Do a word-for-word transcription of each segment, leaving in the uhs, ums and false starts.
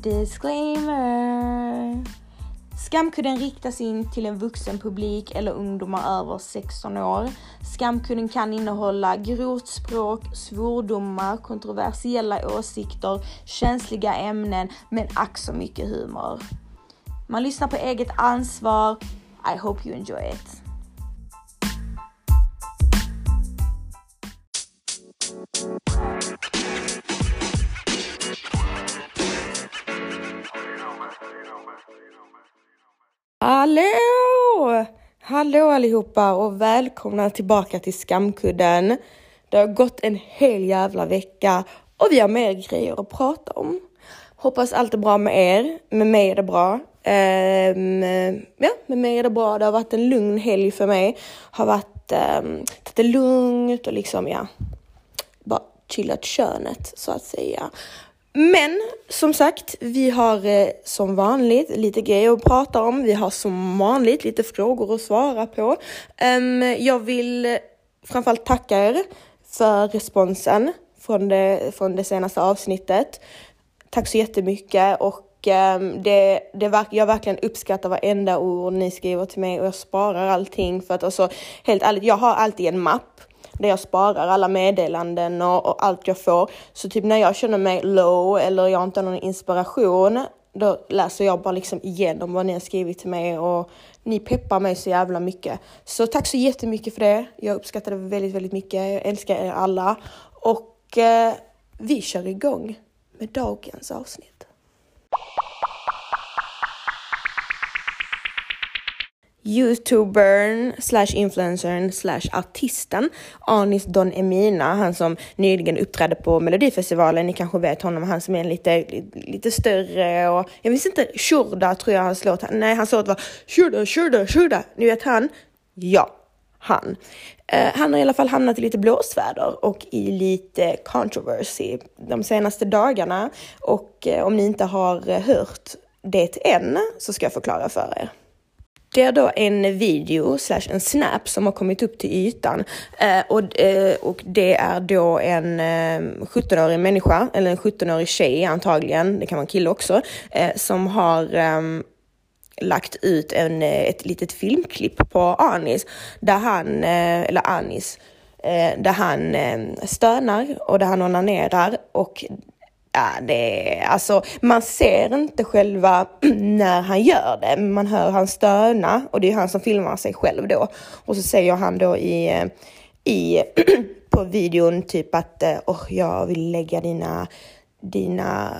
Disclaimer. Skamkudden riktas in till en vuxen publik eller ungdomar över sexton år. Skamkudden kan innehålla grovt språk, svordomar, kontroversiella åsikter, känsliga ämnen, men ack så mycket humor. Man lyssnar på eget ansvar. I hope you enjoy it. Hallå! Hallå allihopa och välkomna tillbaka till Skamkudden. Det har gått en hel jävla vecka och vi har mer grejer att prata om. Hoppas allt är bra med er. Med mig är det bra. Um, ja, med mig är det bra. Det har varit en lugn helg för mig. Har varit um, tagit det lugnt och liksom, ja, bara chillat könet så att säga. Men som sagt, vi har eh, som vanligt lite grejer att prata om. Vi har som vanligt lite frågor att svara på. Um, jag vill framförallt tacka er för responsen från det, från det senaste avsnittet. Tack så jättemycket och um, det, det verk, jag verkligen uppskattar varenda ord ni skriver till mig och jag sparar allting. För att alltså, helt ärligt, jag har alltid en mapp där jag sparar alla meddelanden och, och allt jag får. Så typ när jag känner mig low eller jag inte har någon inspiration, då läser jag bara liksom igenom vad ni har skrivit till mig och ni peppar mig så jävla mycket. Så tack så jättemycket för det. Jag uppskattar det väldigt, väldigt mycket. Jag älskar er alla. Och eh, vi kör igång med dagens avsnitt. YouTubern slash influencern slash artisten Anis Don Emina, han som nyligen uppträdde på Melodifestivalen. Ni kanske vet honom, han som är lite, lite större och jag visste inte, Shurda tror jag hans låt. Nej, hans låt var Shurda, Shurda, Shurda. Ni vet han? Ja, han. Uh, han har i alla fall hamnat i lite blåsväder och i lite controversy de senaste dagarna. Och uh, om ni inte har hört det än så ska jag förklara för er. Det är då en video slash en snap som har kommit upp till ytan eh, och, eh, och det är då en eh, sjuttonårig människa eller en sjuttonårig tjej antagligen, det kan vara en kille också, eh, som har eh, lagt ut en, ett litet filmklipp på Anis där han, eh, eller Anis, eh, där han eh, stönar och där han onanerar och ja, det är, alltså, man ser inte själva när han gör det. Man hör han stöna och det är han som filmar sig själv då. Och så säger han då i, i på videon typ att oh, jag vill lägga dina, dina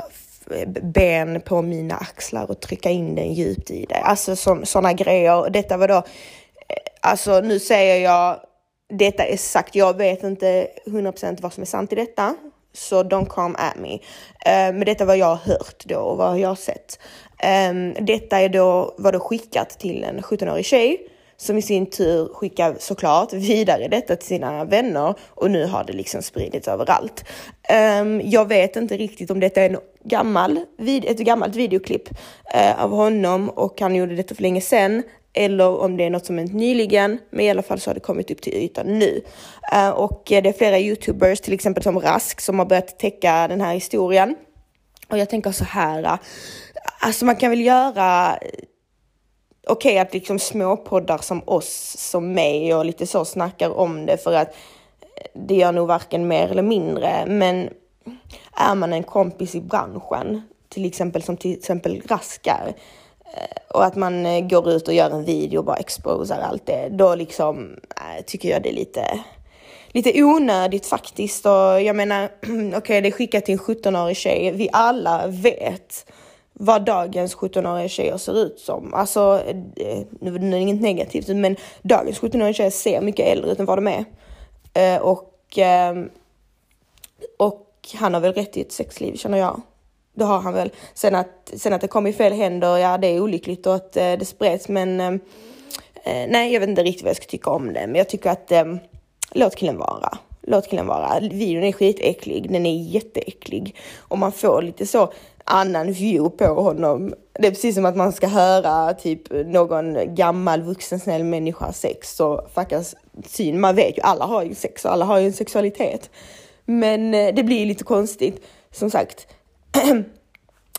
ben på mina axlar och trycka in den djupt i det. Alltså sådana grejer. Detta var då, alltså nu säger jag, detta är sagt, jag vet inte hundra procent vad som är sant i detta. Så don't come at me. Uh, men detta var jag har hört då och vad jag har sett. Um, detta är då, var då skickat till en sjuttonårig tjej som i sin tur skickar såklart vidare detta till sina vänner och nu har det liksom spridits överallt. Um, jag vet inte riktigt om detta är en gammal, ett gammalt videoklipp uh, av honom och han gjorde detta för länge sedan. Eller om det är något som är nyligen. Men i alla fall så har det kommit upp till ytan nu. Uh, och det är flera YouTubers, till exempel som Rask, som har börjat täcka den här historien. Och jag tänker så här. Uh, alltså man kan väl göra okej okay, att liksom småpoddar som oss, som mig och lite så snackar om det. För att det gör nog varken mer eller mindre. Men är man en kompis i branschen, till exempel som till exempel Raskar, och att man går ut och gör en video och bara exposar allt det, då liksom äh, tycker jag det är lite lite onödigt faktiskt. Och jag menar, okej, okay, det är skickat till en sjuttonårig tjej. Vi alla vet vad dagens sjuttonåriga tjejer ser ut som. Alltså, nu är det inget negativt, men dagens sjuttonåriga tjejer ser mycket äldre ut än vad de är. Uh, och, uh, och han har väl rätt i ett sexliv, känner jag. Det har han väl. Sen att, sen att det kom i fel händer, ja det är olyckligt och att eh, det spreds. Men eh, nej, jag vet inte riktigt vad jag ska tycka om det. Men jag tycker att eh, låt killen vara. Låt killen vara. Videon är skitäcklig. Den är jätteäcklig. Och man får lite så annan view på honom. Det är precis som att man ska höra typ någon gammal vuxen snäll människa sex. Så fuckas syn. Man vet ju, alla har ju sex och alla har ju en sexualitet. Men eh, det blir lite konstigt. Som sagt.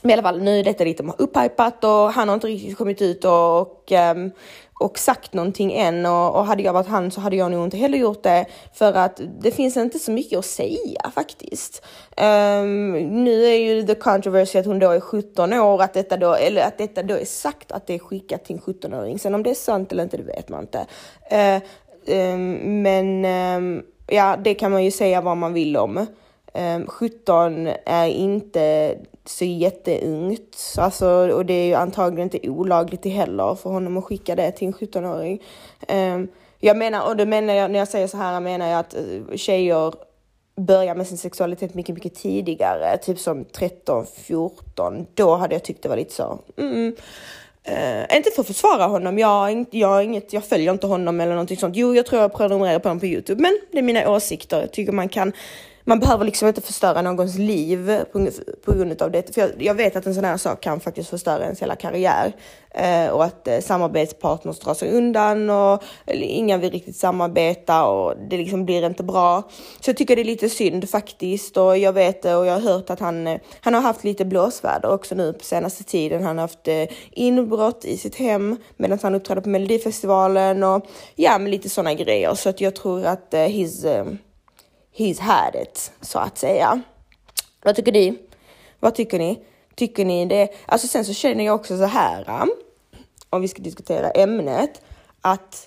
Men i alla fall, nu är detta lite upphypat och han har inte riktigt kommit ut och, och, um, och sagt någonting än. Och, och hade jag varit han så hade jag nog inte heller gjort det. För att det finns inte så mycket att säga faktiskt. Um, nu är ju the controversy att hon då är sjutton år. Att detta då, eller att detta då är sagt att det är skickat till en sjutton-åring. Sen om det är sant eller inte, det vet man inte. Uh, um, men um, ja, det kan man ju säga vad man vill om. Um, sjutton är inte så jätteungt. Alltså, och det är ju antagligen inte olagligt heller för honom att skicka det till en sjutton-åring. Um, jag menar, och det menar jag, när jag säger så här menar jag att tjejer börjar med sin sexualitet mycket, mycket tidigare. Typ som tretton, fjorton. Då hade jag tyckt det var lite så. Mm. Uh, inte för att försvara honom. Jag, jag, inget, jag följer inte honom eller någonting sånt. Jo, jag tror jag prenumererar på honom på YouTube. Men det är mina åsikter. Jag tycker man kan... Man behöver liksom inte förstöra någons liv på, på grund av det. För jag, jag vet att en sån här sak kan faktiskt förstöra ens hela karriär. Eh, och att eh, samarbetspartners drar sig undan. Och eller, ingen vill riktigt samarbeta. Och det liksom blir inte bra. Så jag tycker det är lite synd faktiskt. Och jag vet och jag har hört att han, eh, han har haft lite blåsväder också nu på senaste tiden. Han har haft eh, inbrott i sitt hem. Medan han uppträdde på Melodifestivalen. Och ja, med lite såna grejer. Så att jag tror att eh, his... Eh, He's had it, så att säga. Vad tycker ni? Vad tycker ni? Tycker ni det? Alltså sen så känner jag också så här, om vi ska diskutera ämnet, att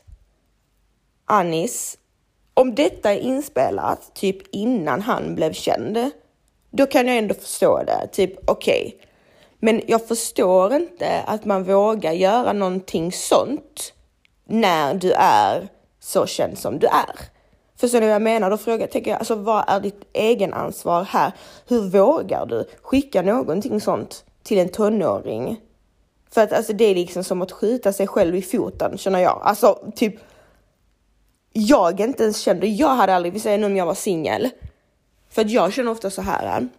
Anis, om detta är inspelat typ innan han blev känd, då kan jag ändå förstå det. Typ, okej. Okay. Men jag förstår inte att man vågar göra någonting sånt när du är så känd som du är. För så när jag menar, då frågar jag, tänker jag, alltså vad är ditt egen ansvar här? Hur vågar du skicka någonting sånt till en tonåring? För att alltså det är liksom som att skjuta sig själv i foten, känner jag. Alltså typ, jag inte ens kände, jag hade aldrig, vi säger nu om jag var singel. För att jag känner ofta så här.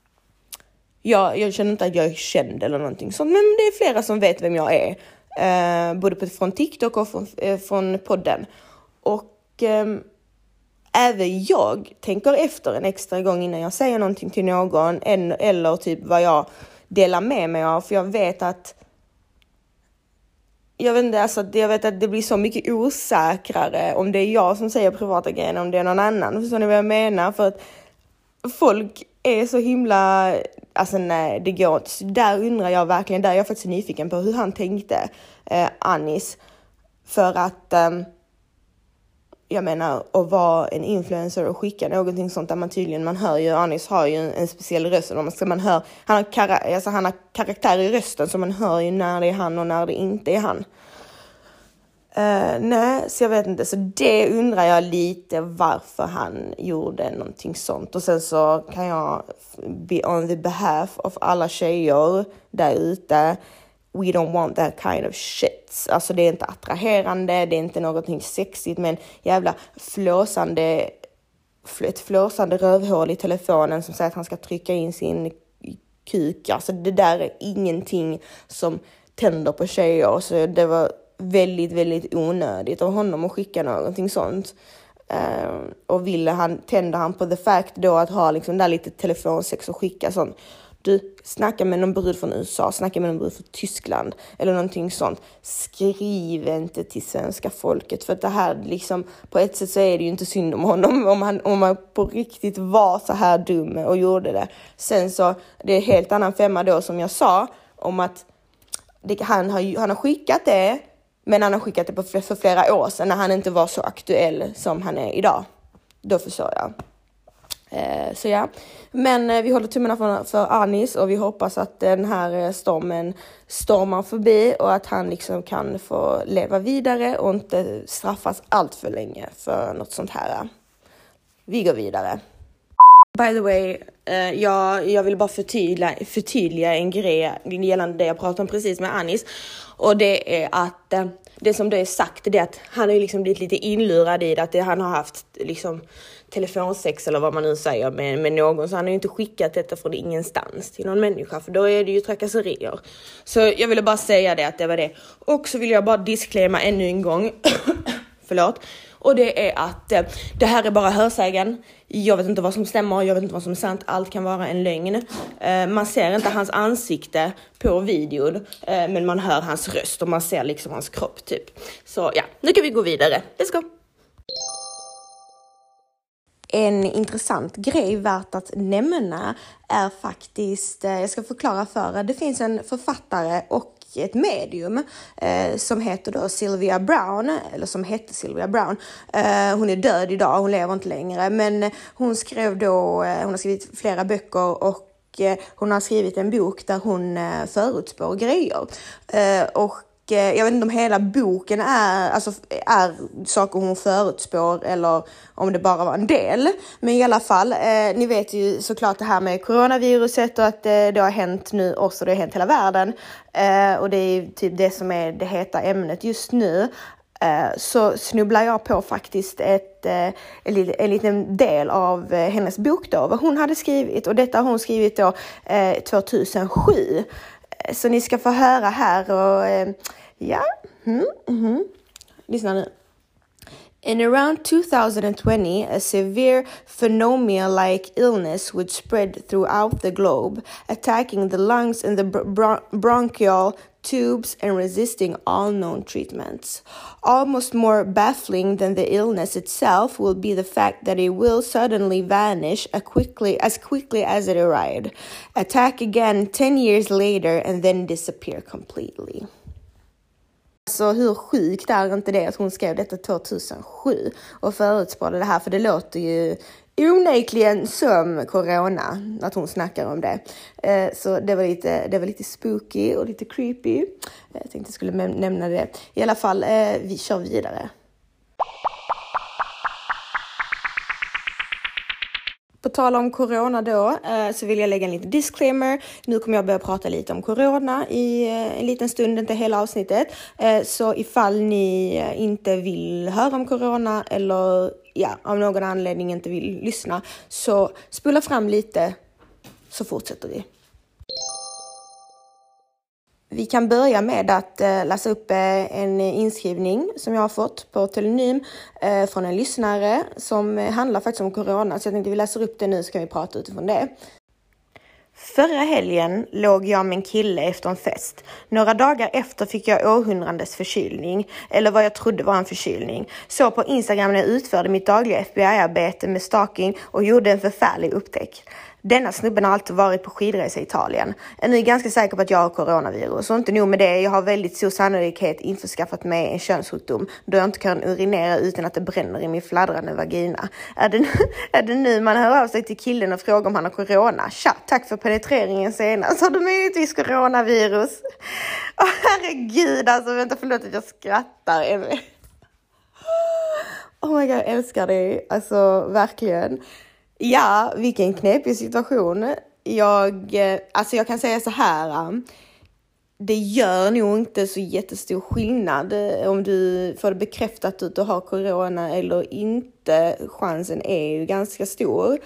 Jag, jag känner inte att jag är känd eller någonting sånt, men det är flera som vet vem jag är. Eh, både på, från TikTok och från, eh, från podden. Och... Eh, Även jag tänker efter en extra gång innan jag säger någonting till någon. Eller typ vad jag delar med mig av. För jag vet att... Jag vet inte, alltså, jag vet att det blir så mycket osäkrare om det är jag som säger privata grejer än om det är någon annan. Förstår ni vad jag menar? För att folk är så himla... Alltså nej, det går inte. Så där undrar jag verkligen. Där är jag faktiskt nyfiken på hur han tänkte, eh, Anis. För att... Eh, Jag menar, att vara en influencer och skicka någonting sånt där man tydligen, man hör ju, Anis har ju en, en speciell röst. Och man ska, man hör, han, har kara, alltså han har karaktär i rösten så man hör ju när det är han och när det inte är han. Uh, nej, så jag vet inte. Så det undrar jag lite varför han gjorde någonting sånt. Och sen så kan jag, be on the behalf of alla tjejer där ute, we don't want that kind of shit. Alltså det är inte attraherande, det är inte någonting sexigt, men jävla flåsande, ett flåsande rövhål i telefonen som säger att han ska trycka in sin kuk. Alltså det där är ingenting som tänder på tjejer. Så det var väldigt, väldigt onödigt av honom att skicka någonting sånt. Uh, och ville han, tände han på the fact då att ha liksom där lite telefonsex och skicka sånt. Du snackar med någon brud från U S A, snackar med någon brud från Tyskland eller någonting sånt. Skriv inte till svenska folket, för att det här liksom, på ett sätt så är det ju inte synd om honom om han, om han på riktigt var så här dum och gjorde det. Sen så, det är helt annan femma då som jag sa om att det, han, har, han har skickat det, men han har skickat det på, för flera år sedan när han inte var så aktuell som han är idag. Då förstår jag. Eh, så ja, men eh, vi håller tummarna för, för Anis och vi hoppas att den här stormen stormar förbi och att han liksom kan få leva vidare och inte straffas allt för länge för något sånt här. Vi går vidare. By the way, eh, jag, jag vill bara förtydliga, förtydliga en grej gällande det jag pratade om precis med Anis. Och det är att eh, det som det är sagt, det är att han har liksom blivit lite inlurad i det, att det, han har haft liksom telefonsex eller vad man nu säger med, med någon. Så han har ju inte skickat detta från ingenstans till någon människa, för då är det ju trakasserier. Så jag ville bara säga det, att det var det. Och så vill jag bara disclaima ännu en gång förlåt. Och det är att eh, det här är bara hörsägen. Jag vet inte vad som stämmer, jag vet inte vad som är sant. Allt kan vara en lögn. Eh, man ser inte hans ansikte på videon, eh, men man hör hans röst och man ser liksom hans kropp typ. Så ja, nu kan vi gå vidare. Let's go! En intressant grej värt att nämna är faktiskt, jag ska förklara för er, det finns en författare och ett medium eh, som heter då Sylvia Browne, eller som hette Sylvia Browne. Eh, hon är död idag, hon lever inte längre, men hon skrev då, eh, hon har skrivit flera böcker och eh, hon har skrivit en bok där hon eh, förutspår grejer. Eh, och jag vet inte om hela boken är, alltså, är saker hon förutspår eller om det bara var en del. Men i alla fall, eh, ni vet ju såklart det här med coronaviruset och att eh, det har hänt nu också, det har hänt hela världen. Eh, och det är typ det som är det heta ämnet just nu. Eh, så snubblar jag på faktiskt ett, eh, en, en liten del av eh, hennes bok då, vad hon hade skrivit. Och detta har hon skrivit då eh, tjugohundrasju. Så ni ska få höra här och eh, ja, mm, mm. Lyssna nu. In around twenty twenty, a severe pneumonia-like illness would spread throughout the globe, attacking the lungs and the bron- bronchial tubes and resisting all known treatments. Almost more baffling than the illness itself will be the fact that it will suddenly vanish as quickly as quickly as it arrived, attack again ten years later and then disappear completely. Så hur sjukt är inte det att hon skrev detta tjugohundrasju och förutspådde det här, för det låter ju onekligen som corona att hon snackar om det. Eh, så det var lite det var lite spooky och lite creepy. Jag tänkte jag skulle nämna det. I alla fall, eh, vi kör vidare. På tal om corona då, eh, så vill jag lägga en liten disclaimer. Nu kommer jag börja prata lite om corona i eh, en liten stund, inte hela avsnittet. Eh, så ifall ni eh, inte vill höra om corona eller ja, av någon anledning inte vill lyssna, så spola fram lite så fortsätter vi. Vi kan börja med att eh, läsa upp eh, en inskrivning som jag har fått på Telonym eh, från en lyssnare som eh, handlar faktiskt om corona. Så jag tänkte vi läser upp det nu så kan vi prata utifrån det. Förra helgen låg jag med en kille efter en fest. Några dagar efter fick jag århundrades förkylning, eller vad jag trodde var en förkylning. Så på Instagram när jag utförde mitt dagliga F B I-arbete med stalking och gjorde en förfärlig upptäckt. Denna snubben har alltid varit på skidresa i Italien. Jag är nu ganska säker på att jag har coronavirus. Och inte nog med det, jag har väldigt stor sannolikhet införskaffat mig en könssjukdom då jag inte kan urinera utan att det bränner i min fladdrande vagina. Är det, är det nu man hör av sig till killen och frågar om han har corona? Tja, tack för penetreringen senast. Har du möjligtvis coronavirus? Åh, herregud, alltså vänta, förlåt att jag skrattar. Oh my god, jag älskar dig. Alltså, verkligen. Ja, vilken knepig situation. Jag, alltså jag kan säga så här. Det gör nog inte så jättestor skillnad om du får det bekräftat att du har corona eller inte. Chansen är ju ganska stor.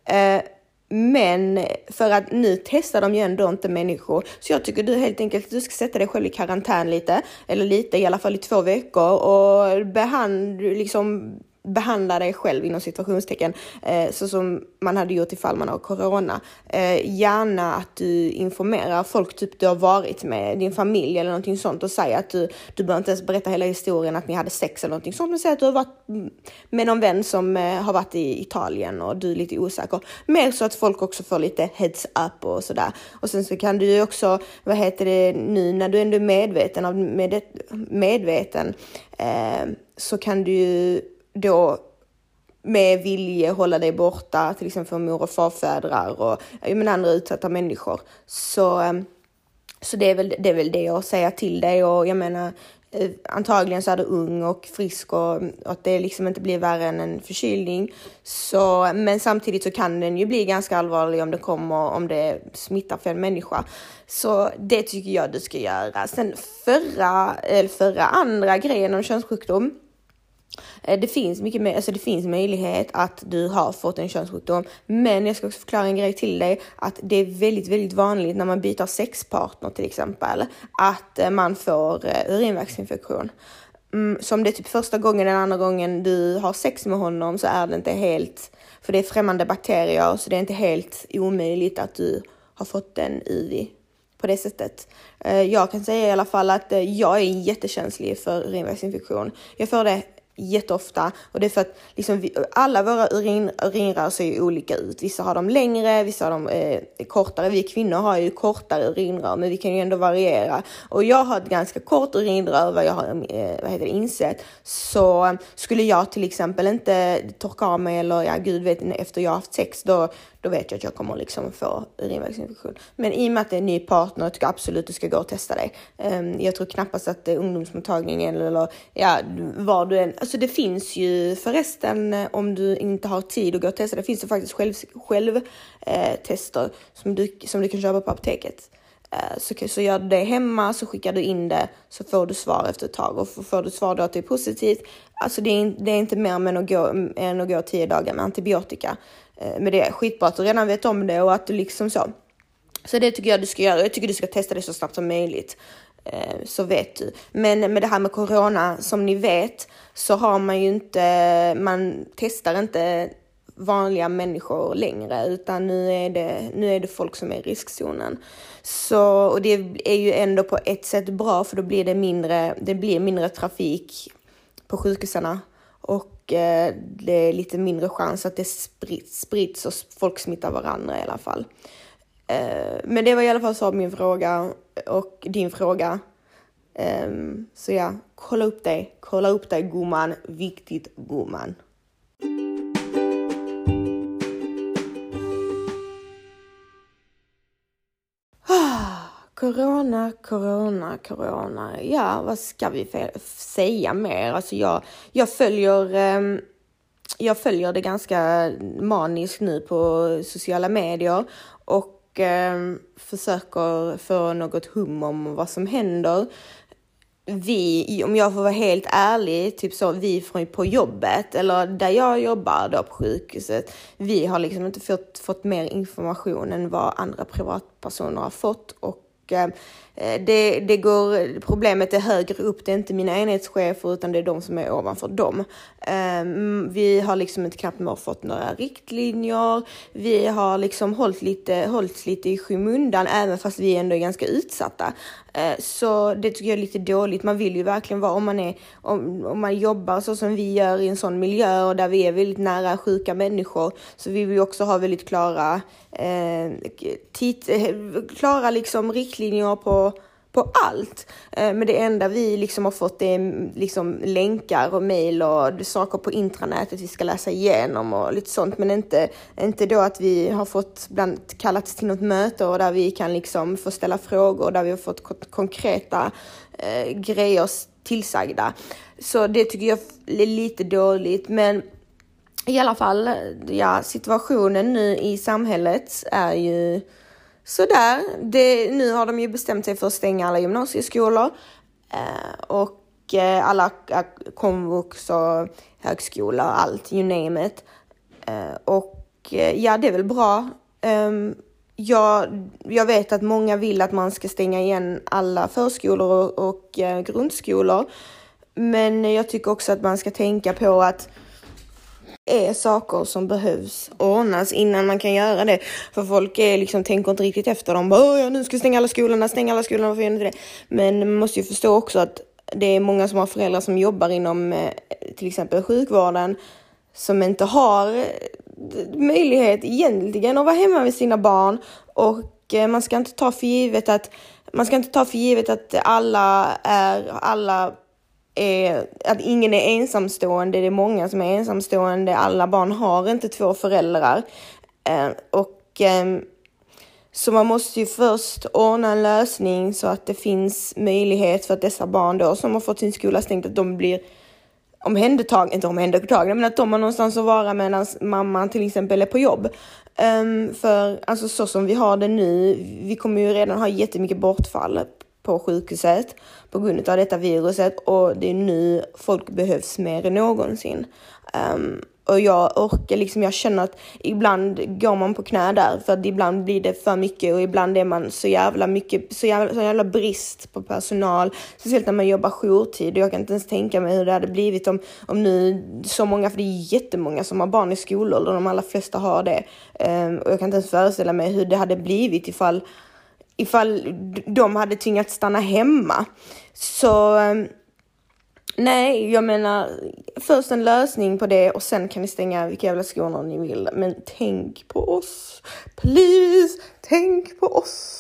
Men för att nu testar de ju ändå inte människor. Så jag tycker du helt enkelt du ska sätta dig själv i karantän lite. Eller lite, i alla fall i två veckor. Och behand, liksom... behandla dig själv inom situationstecken eh, så som man hade gjort ifall man har corona. Eh, gärna att du informerar folk typ du har varit med din familj eller någonting sånt och säger att du, du behöver inte ens berätta hela historien att ni hade sex eller någonting sånt, men säg att du har varit med någon vän som eh, har varit i Italien och du är lite osäker. Mer så att folk också får lite heads up och sådär. Och sen så kan du ju också, vad heter det nu, när du ändå är medveten av med, medveten eh, så kan du ju då med vilje hålla dig borta, till exempel från mor- och farfädrar och men andra utsatta människor. Så, så det, är väl, det är väl det jag säger till dig. Och jag menar, antagligen så är du ung och frisk och, och att det liksom inte blir värre än en förkylning. Så, men samtidigt så kan den ju bli ganska allvarlig om det kommer, om det smittar för en människa. Så det tycker jag du ska göra. Sen förra, eller förra andra grejen om könssjukdom. Det finns mycket mer, alltså det finns möjlighet att du har fått en könssjukdom, men jag ska också förklara en grej till dig, att det är väldigt väldigt vanligt när man byter sexpartner till exempel att man får urinvägsinfektion. mm, som det är typ första gången eller andra gången du har sex med honom, så är det inte helt, för det är främmande bakterier, så det är inte helt omöjligt att du har fått en U V på det sättet. Jag kan säga i alla fall att jag är jättekänslig för urinvägsinfektion. Jag får det jätteofta, och det är för att liksom vi, alla våra urin, urinrör ser ju olika ut. Vissa har dem längre, vissa har dem eh, kortare. Vi kvinnor har ju kortare urinrör, men vi kan ju ändå variera. Och jag har ett ganska kort urinrör, vad jag har eh, vad heter det, insett. Så skulle jag till exempel inte torka av mig, eller ja, gud vet, efter jag har haft sex, då då vet jag att jag kommer liksom få urinvägsinfektion. Men i och med att det är en ny partner, tycker jag absolut du ska gå och testa dig. Um, jag tror knappast att det är ungdomsmottagningen eller ja, var du än. Alltså det finns ju förresten, om du inte har tid att gå och testa, det finns det faktiskt själv, själv eh, tester som du, som du kan köpa på apoteket. Uh, så, så gör du det hemma, så skickar du in det, så får du svar efter ett tag. Och får du svar då att det är positivt, alltså det är, det är inte mer än att gå, än att gå tio dagar med antibiotika. Men det är skitbra att du redan vet om det, och att du liksom så. Så det tycker jag du ska göra. Jag tycker du ska testa det så snabbt som möjligt. Så vet du. Men med det här med corona, som ni vet, så har man ju inte, man testar inte vanliga människor längre, utan nu är det, nu är det folk som är i riskzonen. Så, och det är ju ändå på ett sätt bra, för då blir det mindre, det blir mindre trafik på sjukhusarna. Och eh, det är lite mindre chans att det sprids, sprids och folk smittar varandra i alla fall. Eh, men det var i alla fall så min fråga och din fråga. Eh, så ja, kolla upp dig. Kolla upp dig, gumman. Viktigt, gumman. Corona, corona, corona. Ja, vad ska vi för, säga mer? Alltså jag, jag följer eh, jag följer det ganska maniskt nu på sociala medier, och eh, försöker få något hum om vad som händer. Vi, om jag får vara helt ärlig, typ så, vi från på jobbet, eller där jag jobbar då på sjukhuset, vi har liksom inte fått, fått mer information än vad andra privatpersoner har fått. Och Det, det går, problemet är högre upp, det är inte mina enhetschefer, utan det är de som är ovanför dem. Um, vi har liksom inte knappt mer fått några riktlinjer. Vi har liksom hållit lite, hållit lite i skymundan, även fast vi ändå är ganska utsatta. Uh, så det tycker jag är lite dåligt. Man vill ju verkligen vara, om man, är, om, om man jobbar så som vi gör i en sån miljö, och där vi är väldigt nära sjuka människor, så vi vill också ha väldigt klara eh, tit, klara liksom riktlinjer på på allt. Men det enda vi liksom har fått är liksom länkar och mejl och saker på intranätet vi ska läsa igenom och lite sånt. Men inte, inte då att vi har fått bland kallats till något möte, och där vi kan liksom få ställa frågor, där vi har fått k- konkreta eh, grejer tillsagda. Så det tycker jag är lite dåligt. Men i alla fall, ja, situationen nu i samhället är ju sådär. Det, nu har de ju bestämt sig för att stänga alla gymnasieskolor eh, och eh, alla komvux och högskola och allt, you name it. Eh, och eh, ja, det är väl bra. Eh, jag, jag vet att många vill att man ska stänga igen alla förskolor och, och eh, grundskolor. Men jag tycker också att man ska tänka på att är saker som behövs ordnas innan man kan göra det. För folk är liksom, tänker inte riktigt efter. De bara, ja, nu ska stänga alla skolorna, stänga alla skolorna, varför gör inte det? Men man måste ju förstå också att det är många som har föräldrar som jobbar inom eh, till exempel sjukvården, som inte har eh, möjlighet egentligen att vara hemma med sina barn. Och eh, man ska inte ta för givet att man ska inte ta för givet att alla är alla Är, att ingen är ensamstående. Det är många som är ensamstående. Alla barn har inte två föräldrar. Eh, och eh, så man måste ju först ordna en lösning så att det finns möjlighet för att dessa barn då, som har fått sin skola stängt, att de blir omhändertagna, inte omhändertagna, men att de har någonstans att vara medan mamman till exempel är på jobb. Um, för alltså så som vi har det nu, vi kommer ju redan ha jättemycket bortfall på sjukhuset på grund av detta viruset, och det är nu folk behövs mer än någonsin. Um, Och jag orkar liksom, jag känner att ibland går man på knä där för att ibland blir det för mycket och ibland är man så jävla mycket, så jävla, så jävla brist på personal. Speciellt när man jobbar jourtid och jag kan inte ens tänka mig hur det hade blivit om, om nu så många, för det är jättemånga som har barn i skolåldern och de allra flesta har det. Um, och jag kan inte ens föreställa mig hur det hade blivit ifall, ifall de hade tvingats stanna hemma. Så... Um, Nej, jag menar först en lösning på det och sen kan ni stänga vilka jävla skolor ni vill. Men tänk på oss. Please, tänk på oss.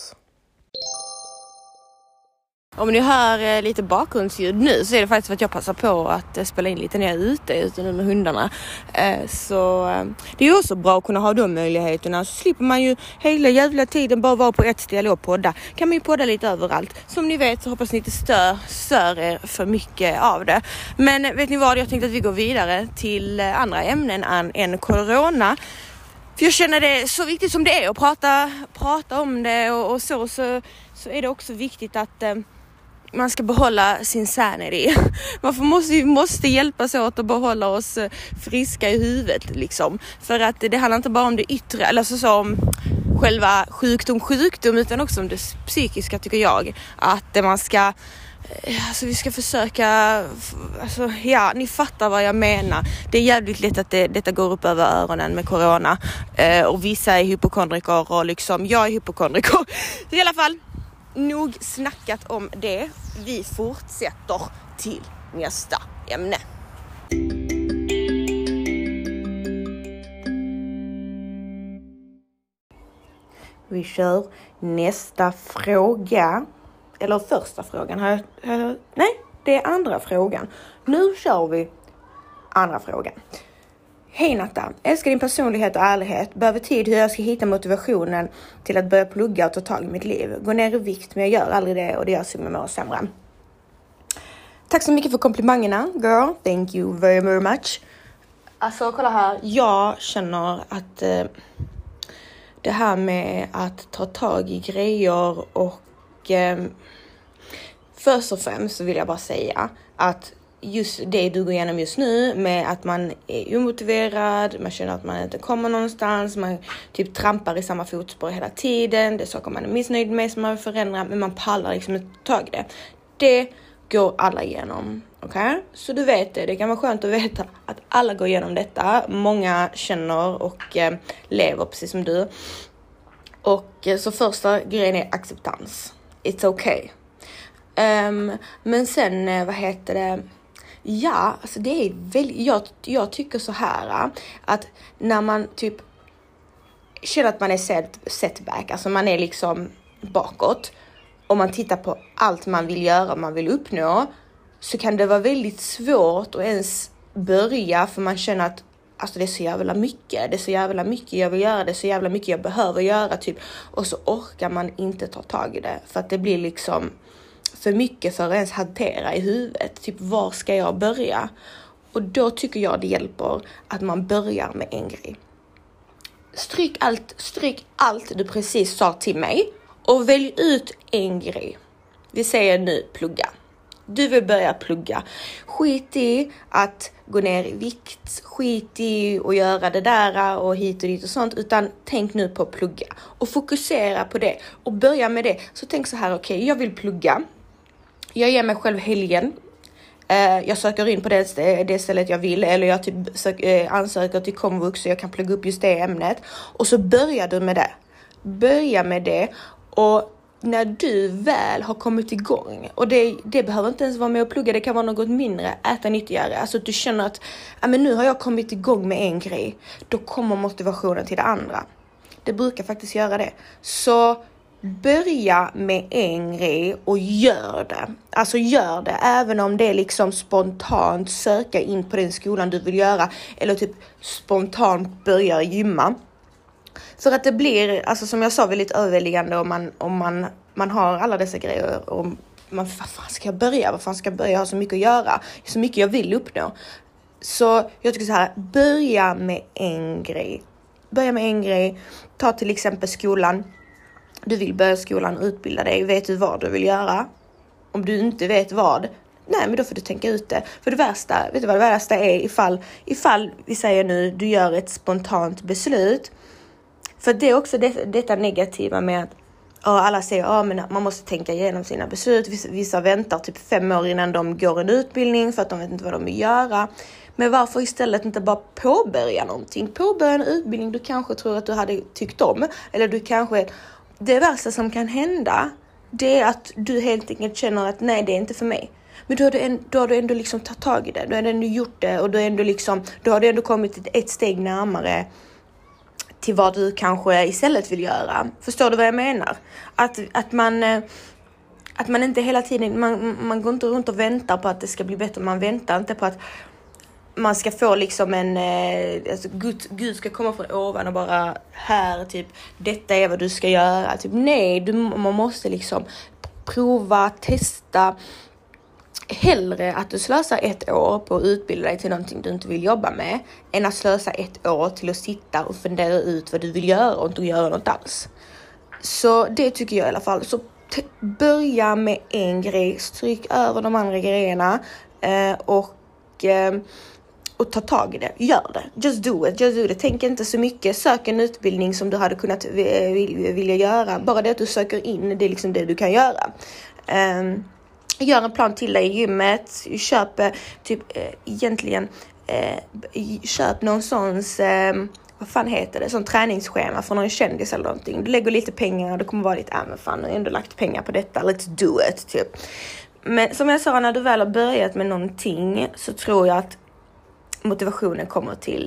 Om ni hör eh, lite bakgrundsljud nu så är det faktiskt för att jag passar på att eh, spela in lite när jag är ute, ute nu med hundarna. Eh, så eh, det är också bra att kunna ha de möjligheterna. Så slipper man ju hela jävla tiden bara vara på ett ställe och podda. Kan man ju podda lite överallt. Som ni vet så hoppas ni inte stör, stör er för mycket av det. Men vet ni vad, jag tänkte att vi går vidare till eh, andra ämnen än, än corona. För jag känner det så viktigt som det är att prata, prata om det och, och så, så, så är det också viktigt att... Eh, man ska behålla sin sanity. Man måste, måste hjälpas åt att behålla oss friska i huvudet liksom. För att det handlar inte bara om det yttre, eller så, så om själva sjukdom, sjukdom utan också om det psykiska, tycker jag. Att man ska, alltså vi ska försöka, alltså ja, ni fattar vad jag menar. Det är jävligt lätt att det, detta går upp över öronen med corona. Eh, och vissa är hypokondriker och liksom, jag är hypokondriker. Så i alla fall, nog snackat om det. Vi fortsätter till nästa ämne. Vi kör nästa fråga. Eller första frågan. Har jag, har jag, nej, det är andra frågan. Nu kör vi andra frågan. Hej Natta, älskar din personlighet och ärlighet. Behöver tid hur jag ska hitta motivationen till att börja plugga och ta tag i mitt liv. Gå ner i vikt, men jag gör aldrig det och det gör så mig må sämre. Tack så mycket för komplimangerna, girl. Thank you very, very much. Alltså, kolla här. Jag känner att eh, det här med att ta tag i grejer och eh, först och främst så vill jag bara säga att just det du går igenom just nu med att man är omotiverad, man känner att man inte kommer någonstans, man typ trampar i samma fotspår hela tiden, det är saker man är missnöjd med som man vill förändra, men man pallar liksom inte tag i det. Det går alla igenom, okej? Okay? Så du vet det, det kan vara skönt att veta att alla går igenom detta. Många känner och eh, lever precis som du. Och eh, så första grejen är acceptans. It's okay. Um, men sen, eh, vad heter det? Ja, alltså det är väldigt, jag, jag tycker så här att när man typ känner att man är set, setback, alltså man är liksom bakåt och man tittar på allt man vill göra, man vill uppnå, så kan det vara väldigt svårt att ens börja för man känner att alltså det är så jävla mycket, det är så jävla mycket jag vill göra, det är så jävla mycket jag behöver göra typ, och så orkar man inte ta tag i det för att det blir liksom för mycket för att ens hantera i huvudet. Typ, var ska jag börja? Och då tycker jag det hjälper att man börjar med en grej. Stryk allt, stryk allt du precis sa till mig och välj ut en grej. Vi säger nu plugga. Du vill börja plugga. Skit i att gå ner i vikt. Skit i att göra det där och hit och dit och sånt. Utan tänk nu på att plugga. Och fokusera på det. Och börja med det. Så tänk så här, okej, okay, jag vill plugga. Jag ger mig själv helgen. Uh, jag söker in på det, det stället jag vill. Eller jag typ sök, uh, ansöker till komvux så jag kan plugga upp just det ämnet. Och så börjar du med det. Börja med det. Och när du väl har kommit igång. Och det, det behöver inte ens vara med att plugga. Det kan vara något mindre. Äta nyttigare. Alltså att du känner att ah, men nu har jag kommit igång med en grej. Då kommer motivationen till det andra. Det brukar faktiskt göra det. Så börja med en grej och gör det. Alltså gör det. Även om det är liksom spontant söka in på den skolan du vill göra. Eller typ spontant börja gymma. För att det blir, alltså som jag sa, väldigt överväldigande om man, om man, man har alla dessa grejer. Och man, vad fan ska jag börja? Vad fan ska jag börja? Jag har så mycket att göra. Så mycket jag vill uppnå. Så jag tycker så här, börja med en grej. Börja med en grej. Ta till exempel skolan. Du vill börja skolan och utbilda dig. Vet du vad du vill göra? Om du inte vet vad, nej, men då får du tänka ut det. För det värsta, vet du vad det värsta är ifall, ifall vi säger nu, du gör ett spontant beslut. För det är också det, detta negativa med att ja, alla säger att ja, man måste tänka igenom sina beslut. Vissa, vissa väntar typ fem år innan de går en utbildning för att de vet inte vad de vill göra. Men varför istället inte bara påbörja någonting? Påbörja en utbildning du kanske tror att du hade tyckt om. Eller du kanske, det värsta som kan hända, det är att du helt enkelt känner att nej, det är inte för mig. Men då har du, en, då har du ändå liksom tagit tag i det. Då har du ändå gjort det och då, är ändå liksom, då har du ändå kommit ett, ett steg närmare till vad du kanske istället vill göra. Förstår du vad jag menar? Att, att man... Att man inte hela tiden, man, man går inte runt och väntar på att det ska bli bättre. Man väntar inte på att man ska få liksom en, alltså Gud, Gud ska komma från ovan och bara här typ, detta är vad du ska göra. Typ nej, du, man måste liksom prova, testa. Hellre att du slösar ett år på att utbilda dig till någonting du inte vill jobba med än att slösa ett år till att sitta och fundera ut vad du vill göra och inte göra något alls. Så det tycker jag i alla fall. Så t- börja med en grej, stryk över de andra grejerna eh, och, eh, och ta tag i det. Gör det. Just do it. Just do it. Tänk inte så mycket. Sök en utbildning som du hade kunnat vilja göra. Bara det att du söker in, det är liksom det du kan göra. Um, Gör en plan till dig i gymmet. Köp typ eh, egentligen eh, köp någon såns eh, vad fan heter det? Sån träningsschema för någon kändis eller någonting. Du lägger lite pengar och det kommer vara lite äh, men fan, jag har ändå lagt pengar på detta. Let's do it typ. Men som jag sa, när du väl har börjat med någonting så tror jag att motivationen kommer till.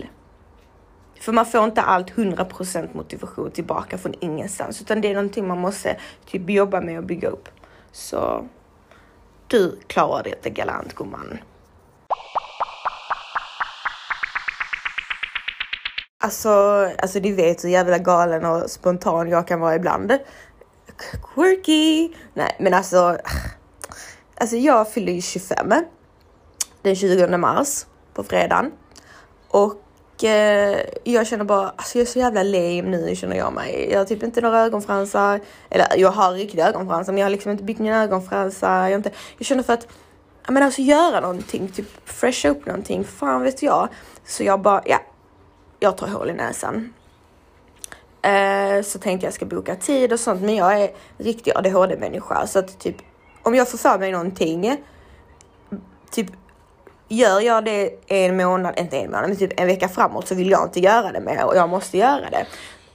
För man får inte allt hundra procent motivation tillbaka från ingenstans, utan det är någonting man måste typ jobba med och bygga upp. Så du klarar det galant, gumman. Alltså, alltså du vet hur jävla galen och spontan jag kan vara ibland. Quirky. Nej, men alltså, alltså jag fyller ju tjugofem den tjugonde mars på fredagen. Och eh, jag känner bara, alltså jag är så jävla lame nu, känner jag mig. Jag har typ inte några ögonfransar. Eller jag har riktiga ögonfransar, men jag har liksom inte byggt mina ögonfransar. Jag, inte, jag känner för att, jag menar, alltså göra någonting, typ fresha upp någonting. Fan vet jag. Så jag bara, ja. Jag tar hål i näsan. Eh, så tänkte jag ska boka tid och sånt. Men jag är riktig A D H D-människa. Så att typ, om jag får för mig någonting. Typ, gör jag det en månad, inte en månad, men typ en vecka framåt, så vill jag inte göra det mer. Och jag måste göra det.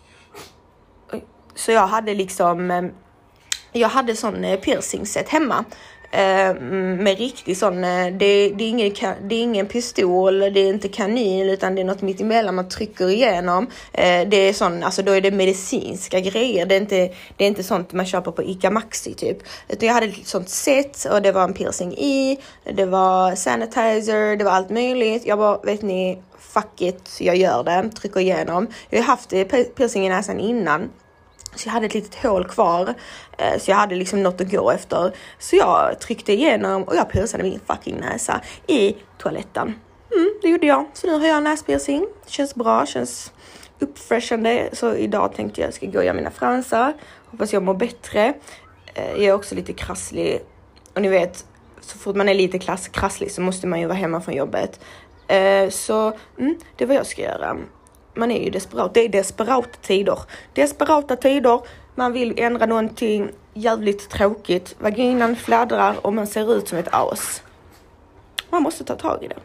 Så jag hade liksom, jag hade sån piercingset hemma. Uh, med riktigt sån, uh, det, det, är ingen, det är ingen pistol, det är inte kanin, utan det är något mitt emellan man trycker igenom. Uh, det är sån, alltså då är det medicinska grejer, det är inte, det är inte sånt man köper på Ica Maxi typ. Utan jag hade ett sånt set och det var en piercing i, det var sanitizer, det var allt möjligt. Jag bara, vet ni, fuck it, jag gör det, trycker igenom. Jag har haft piercing i näsan innan. Så jag hade ett litet hål kvar. Så jag hade liksom något att gå efter. Så jag tryckte igenom och jag piercade min fucking näsa i toaletten. Mm, det gjorde jag. Så nu har jag näspiercing. Känns bra, känns uppfräschande. Så idag tänkte jag ska gå och göra mina fransar. Hoppas jag mår bättre. Jag är också lite krasslig. Och ni vet, så fort man är lite klass, krasslig så måste man ju vara hemma från jobbet. Så mm, det är vad jag ska göra. Man är ju desperat. Det är desperata tider. Desperata tider. Man vill ändra någonting jävligt tråkigt. Vaginan fladdrar och man ser ut som ett as. Man måste ta tag i det.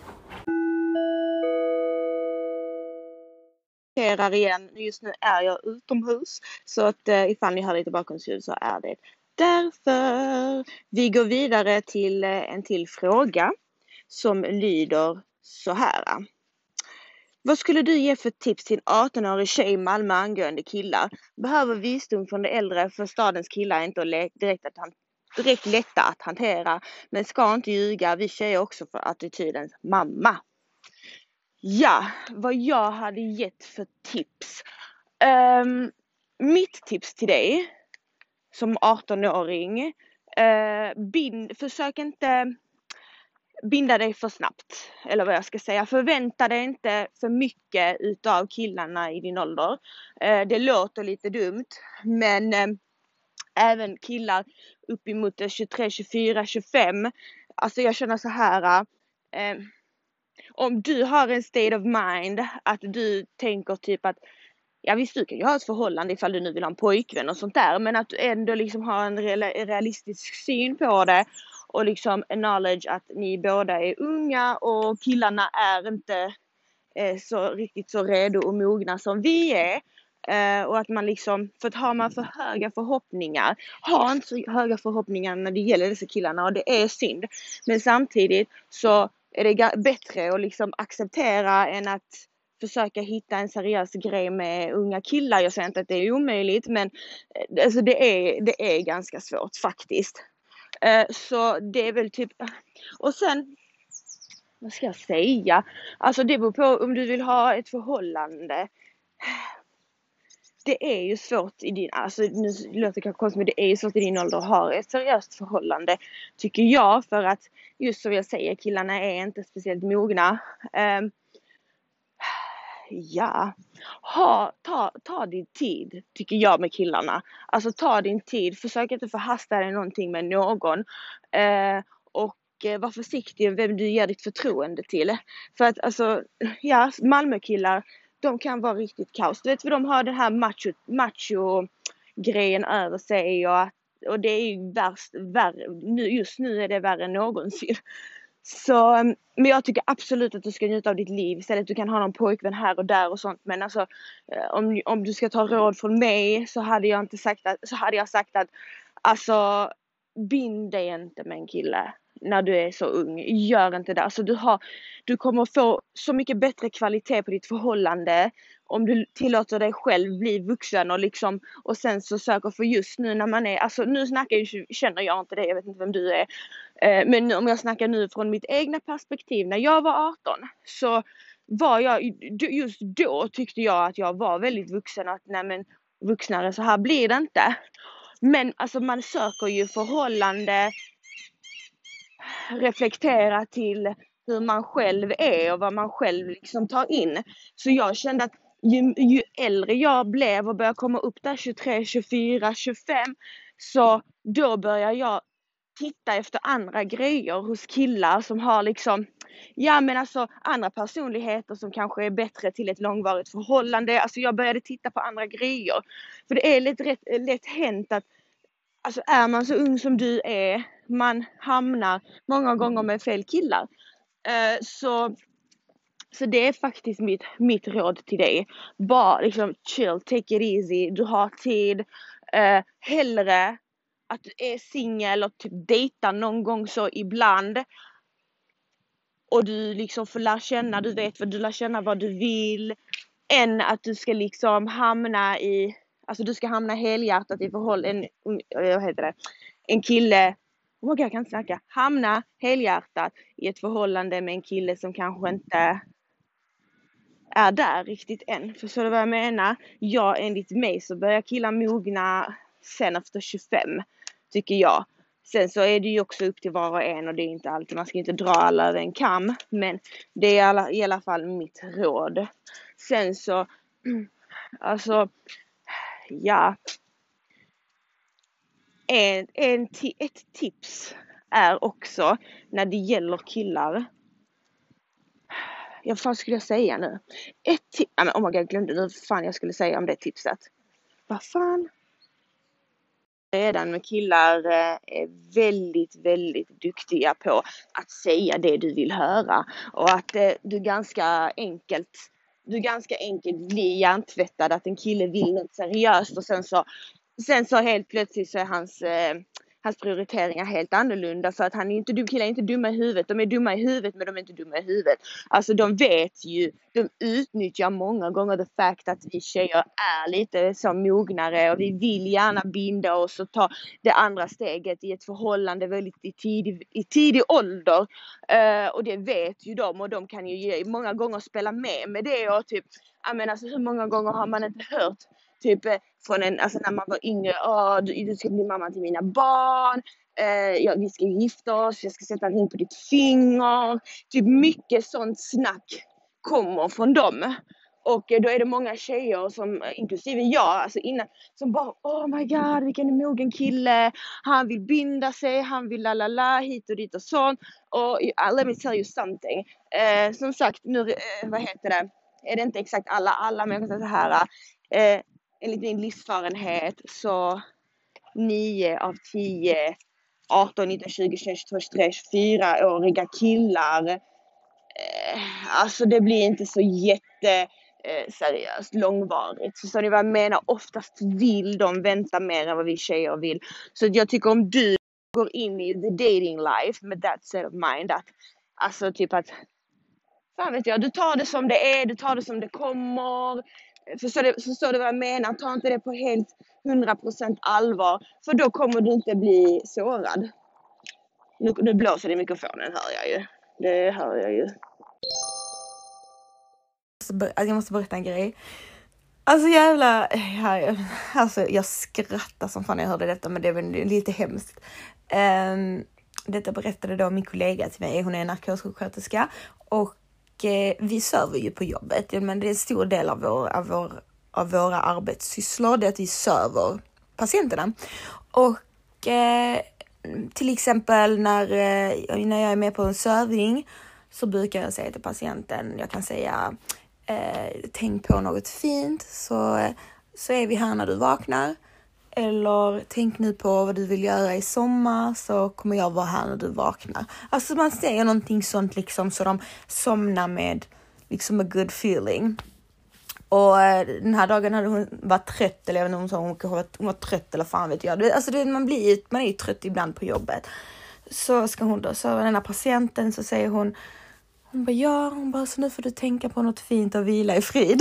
Igen. Just nu är jag utomhus. Så att eh, ifall ni hör lite bakgrundsljud så är det därför. Vi går vidare till eh, en till fråga. Som lyder så här. Vad skulle du ge för tips till en arton-årig tjej i Malmö angående killar? Behöver visdom från de äldre, för stadens killar är inte direkt, att han, direkt lätta att hantera. Men ska inte ljuga, vi tjejer också för attitydens mamma. Ja, vad jag hade gett för tips. Um, mitt tips till dig som arton-åring. Uh, bind, försök inte... binda dig för snabbt, eller vad jag ska säga. Förvänta dig inte för mycket utav killarna i din ålder. Eh, det låter lite dumt, men eh, även killar uppemot tjugotre, tjugofyra, tjugofem alltså jag känner så här, eh, om du har en state of mind att du tänker typ att ja visst, du kan ju ha ett förhållande ifall du nu vill ha en pojkvän och sånt där, men att du ändå liksom har en realistisk syn på det och liksom acknowledge att ni båda är unga och killarna är inte eh, så riktigt så redo och mogna som vi är. Eh, och att man liksom, för att har man för höga förhoppningar, har inte så höga förhoppningar när det gäller dessa killarna, och det är synd. Men samtidigt så är det bättre att liksom acceptera än att försöka hitta en seriös grej med unga killar. Jag säger inte att det är omöjligt, men alltså det är, det är ganska svårt faktiskt. Eh, så det är väl typ, och sen vad ska jag säga? Alltså det beror på om du vill ha ett förhållande. Det är ju svårt i din, alltså nu låter det kanske konstigt, men det är ju svårt i din ålder att ha ett seriöst förhållande, tycker jag, för att just som jag säger, killarna är inte speciellt mogna. Um, ja, ha, ta, ta din tid, tycker jag, med killarna. Alltså ta din tid, försök inte förhasta dig någonting med någon. Uh, och var försiktig vem du ger ditt förtroende till. För att alltså, ja, Malmökillar, de kan vara riktigt kaos. Du vet, för de har den här macho, macho grejen över sig, och, och det är ju värst, värre. Nu, just nu är det värre än någonsin. Så, men jag tycker absolut att du ska njuta av ditt liv. Istället du kan ha någon pojkvän här och där och sånt. Men alltså, om, om du ska ta råd från mig, så hade jag inte sagt att, så hade jag sagt att alltså, bind dig inte med en kille när du är så ung. Gör inte det. Alltså du, har, du kommer få så mycket bättre kvalitet på ditt förhållande om du tillåter dig själv bli vuxen och liksom, och sen så söker, för just nu när man är, alltså nu snackar jag, känner jag inte det, jag vet inte vem du är, eh, men om jag snackar nu från mitt egna perspektiv, när jag var arton så var jag, just då tyckte jag att jag var väldigt vuxen, att nej men vuxnare så här blir det inte. Men alltså man söker ju förhållande reflektera till hur man själv är och vad man själv liksom tar in. Så jag kände att ju, ju äldre jag blev och började komma upp där tjugotre, tjugofyra, tjugofem, så då börjar jag titta efter andra grejer hos killar som har liksom, ja men alltså andra personligheter som kanske är bättre till ett långvarigt förhållande. Alltså jag började titta på andra grejer. För det är lätt, rätt, lätt hänt att alltså är man så ung som du är, man hamnar många gånger med fel killar. Uh, så, så det är faktiskt mitt, mitt råd till dig. Bara liksom chill, take it easy. Du har tid. Uh, hellre att du är singel och typ dejtar någon gång så ibland. Och du liksom får lära känna, du vet vad du lär känna vad du vill. Än att du ska liksom hamna i, alltså du ska hamna helhjärtat i förhållande, en, vad heter det, en kille, oh my God, jag kan inte snacka, hamna helhjärtat i ett förhållande med en kille som kanske inte är där riktigt än. För så det vad jag menar, jag enligt mig så börjar killar mogna sen efter tjugofem, tycker jag. Sen så är det ju också upp till var och en, och det är inte alltid, man ska inte dra alla över en kam, men det är i alla, i alla fall mitt råd. Sen så, alltså, ja, en, en, ett tips är också när det gäller killar. Ja, vad fan skulle jag säga nu? Ett tips, ja, men oh my God, jag glömde nu fan jag skulle säga om det tipset. Vad fan? Redan med killar är väldigt, väldigt duktiga på att säga det du vill höra. Och att eh, du ganska enkelt, du ganska enkelt blir hjärntvättad att en kille vill något seriöst, och sen så, sen så helt plötsligt så är hans, eh, hans prioriteringar helt annorlunda, för att han är inte, du killar är inte dumma i huvudet. De är dumma i huvudet, men de är inte dumma i huvudet. Alltså de vet ju, de utnyttjar många gånger det fakt att vi tjejer är lite som mognare och vi vill gärna binda oss och ta det andra steget i ett förhållande väldigt i tidig, i tidig ålder. Uh, och det vet ju de, och de kan ju många gånger spela med med det, och typ, jag menar, alltså, hur många gånger har man inte hört typ från en, alltså när man var yngre, åh, du, du ska bli mamma till mina barn, eh, ja, vi ska gifta oss, jag ska sätta en ring på ditt finger. Typ mycket sånt snack kommer från dem. Och eh, då är det många tjejer som, eh, inklusive jag, alltså innan, som bara oh my god, vilken mogen kille, han vill binda sig, han vill la la la hit och dit och sånt. Och uh, let me tell you something. Eh, som sagt, nu, eh, vad heter det? Är det inte exakt alla, alla, men jag kan säga så här. Eh, enligt min livserfarenhet så nio av tio arton, nitton, tjugo, tjugoett, tjugotvå, tjugotre, tjugofyra-åriga killar. Eh, alltså det blir inte så jätte eh, seriöst, långvarigt. Så, så ni vad jag menar, oftast vill de vänta mer än vad vi tjejer vill. Så jag tycker om du går in i the dating life med that set of mind, att alltså typ att fan vet jag, du tar det som det är, du tar det som det kommer. Förstår du, förstår du vad jag menar? Ta inte det på helt hundra procent allvar, för då kommer du inte bli sårad. Nu, nu blåser det i mikrofonen, hör jag ju. Det hör jag ju. Jag måste berätta en grej. Alltså jävla, alltså jag skrattar som fan när jag hörde detta, men det var lite hemskt. Um, detta berättade då min kollega till mig, hon är narkossjuksköterska och eh, vi söver ju på jobbet, men det är en stor del av, vår, av, vår, av våra arbetssysslor, det är att vi söver patienterna. Och eh, till exempel när, eh, när jag är med på en sövning så brukar jag säga till patienten, jag kan säga eh, tänk på något fint, så, så är vi här när du vaknar. Eller tänk nu på vad du vill göra i sommar, så kommer jag vara här när du vaknar. Alltså man säger någonting sånt liksom, så de somnar med liksom a good feeling. Och eh, den här dagen hade hon varit trött, eller jag vet inte om hon, hon, var, hon var trött eller fan vet jag. Alltså det, man, blir, man är ju trött ibland på jobbet. Så ska hon då serva den här patienten, så säger hon, hon bara ja, hon bara så nu får du tänka på något fint och vila i frid.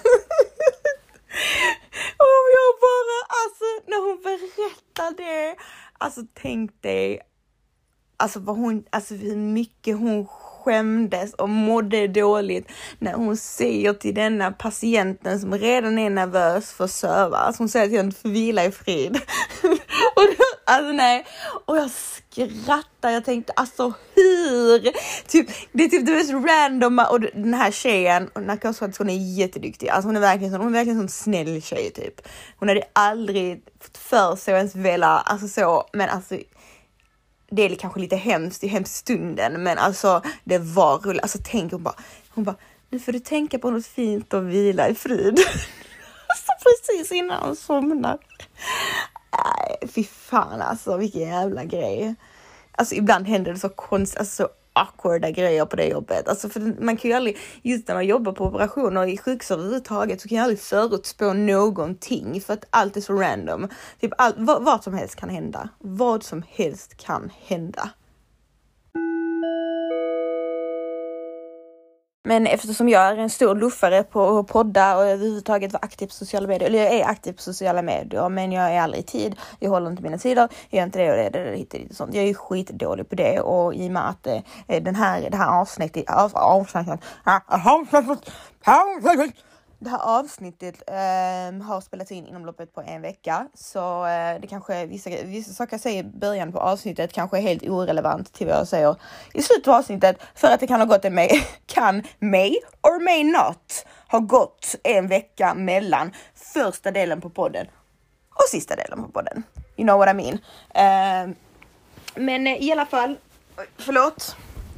Och jag bara, alltså när hon berättar det, alltså tänk dig, alltså vad hon, alltså hur mycket hon skämdes och mådde dåligt när hon säger till denna patienten som redan är nervös för söva, alltså hon säger till henne för vila i frid. Och alltså nej, och jag skrattar, jag tänkte alltså hur typ, det är typ det mest randoma. Och den här tjejen, och narkossköterskan är jätteduktig, alltså hon är verkligen sån, hon är verkligen sån snäll tjej typ, hon hade aldrig fått för sig ens vilja, alltså så, men alltså det är kanske lite hemskt i hemskt stunden, men alltså det var rull, alltså tänk hon bara, hon bara nu får du tänka på något fint och vila i frid. Alltså precis innan hon somnar. Nej, fy fan alltså, vilken jävla grej. Alltså ibland händer det så konstigt, alltså så awkwarda grejer på det jobbet. Alltså för man kan ju aldrig, just när man jobbar på operationer och i sjuksal överhuvudtaget, så kan jag aldrig förutspå någonting, för att allt är så random. Typ allt, vad, vad som helst kan hända. Vad som helst kan hända. Men eftersom jag är en stor luffare på att podda och överhuvudtaget var aktiv på sociala medier, eller jag är aktiv på sociala medier, men jag är aldrig i tid, jag håller inte mina sidor, jag gör inte det och det, det, det, det, det sånt. Jag är skitdålig på det, och i och med att eh, den här, det här avsnittet, av, avsnittet, det här avsnittet eh, har spelats in inom loppet på en vecka, så eh, det kanske, vissa, vissa saker jag säger i början på avsnittet kanske är helt orelevant till vad jag säger i slutet av avsnittet, för att det kan ha gått en mig, kan may or may not ha gått en vecka mellan första delen på podden och sista delen på podden. You know what I mean. Eh, men i alla fall, förlåt.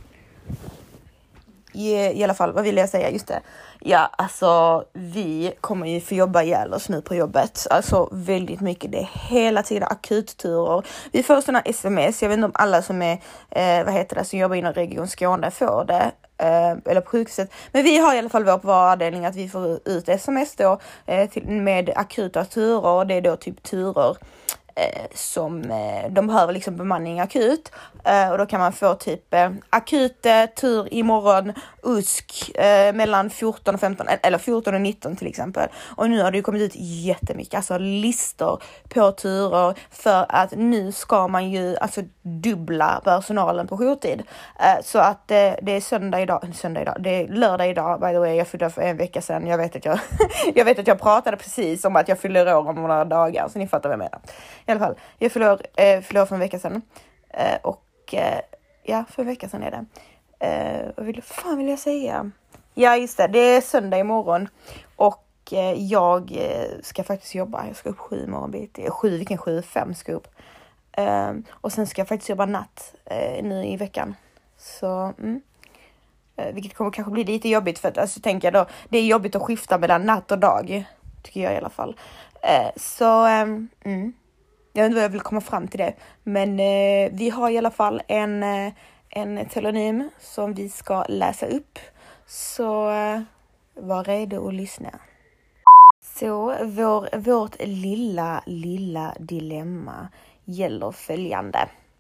I, I alla fall, vad vill jag säga? Just det. Ja, alltså vi kommer ju få jobba ihjäl oss nu på jobbet. Alltså väldigt mycket. Det är hela tiden akutturer. Vi får sådana sms. Jag vet inte om alla som är, eh, vad heter det, som jobbar inom Region Skåne får det. Eh, eller på sjukhuset. Men vi har i alla fall vår på vår avdelning att vi får ut sms då eh, till, med akuta turer. Det är då typ turer eh, som eh, de behöver liksom bemanning akut. Eh, och då kan man få typ eh, akut eh, tur imorgon, U S K eh, mellan fjorton och femton, eller fjorton och nitton till exempel. Och nu har det ju kommit ut jättemycket, alltså listor på turer, för att nu ska man ju alltså dubbla personalen på jourtid. Eh, så att eh, det är söndag idag, söndag idag, det är lördag idag, by the way, jag fyllde för en vecka sedan. Jag vet att jag, jag vet att jag pratade precis om att jag fyller år om några dagar, så ni fattar vad jag menar. I alla fall, jag fyller år, eh, fyller år för en vecka sedan. Eh, och eh, ja, för en vecka sedan är det. Eh, vad vill, fan vill jag säga? Ja, just det. Det är söndag imorgon. Och eh, jag ska faktiskt jobba. Jag ska upp sju imorgon bitti. Sju, vilken sju? Fem ska upp. Uh, och sen ska jag faktiskt jobba natt uh, nu i veckan. Så, mm. uh, vilket kommer kanske bli lite jobbigt. För att alltså, tänker jag då, det är jobbigt att skifta mellan natt och dag. Tycker jag i alla fall. Uh, så, um, mm. jag vet inte vad jag vill komma fram till det. Men uh, vi har i alla fall en, uh, en telonym som vi ska läsa upp. Så uh, var redo att lyssna. Så vår, vårt lilla, lilla dilemma gäller följande.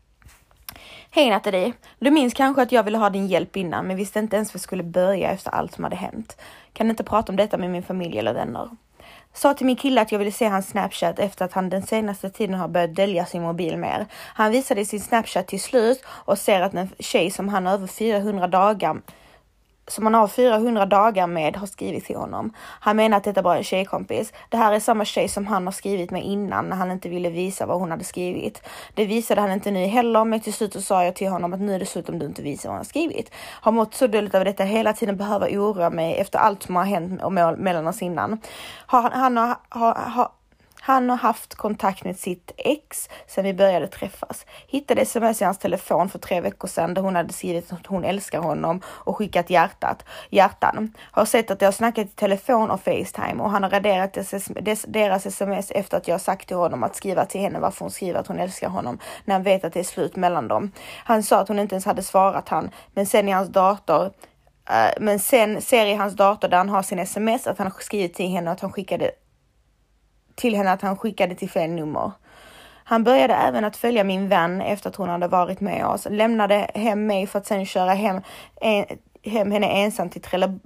Hej Nathalie, du minns kanske att jag ville ha din hjälp innan men visste inte ens vad jag skulle börja efter allt som hade hänt. Kan inte prata om detta med min familj eller vänner. Sa till min kille att jag ville se hans Snapchat efter att han den senaste tiden har börjat dölja sin mobil mer. Han visade sin Snapchat till slut och ser att en tjej som han över fyrahundra dagar som han har fyrahundra dagar med har skrivit till honom. Han menar att detta bara är en tjejkompis. Det här är samma tjej som han har skrivit med innan när han inte ville visa vad hon hade skrivit. Det visade han inte nu heller, men till slut så sa jag till honom att nu är det slut om du inte visar vad han har skrivit. Har mått så dåligt över detta hela tiden, behöver oroa mig efter allt som har hänt mellan oss innan. Han, han har... har, har Han har haft kontakt med sitt ex sedan vi började träffas. Hittade sms i hans telefon för tre veckor sedan där hon hade skrivit att hon älskar honom och skickat hjärtat, hjärtan. Har sett att de har snackat i telefon och FaceTime och han har raderat deras sms efter att jag sagt till honom att skriva till henne varför hon skriver att hon älskar honom när han vet att det är slut mellan dem. Han sa att hon inte ens hade svarat han, men sen i hans dator men sen ser i hans dator där han har sin sms att han har skrivit till henne att han skickade till henne att han skickade till fel nummer. Han började även att följa min vän efter att hon hade varit med oss. Lämnade hem mig för att sen köra hem, en, hem henne ensam till, Trelle,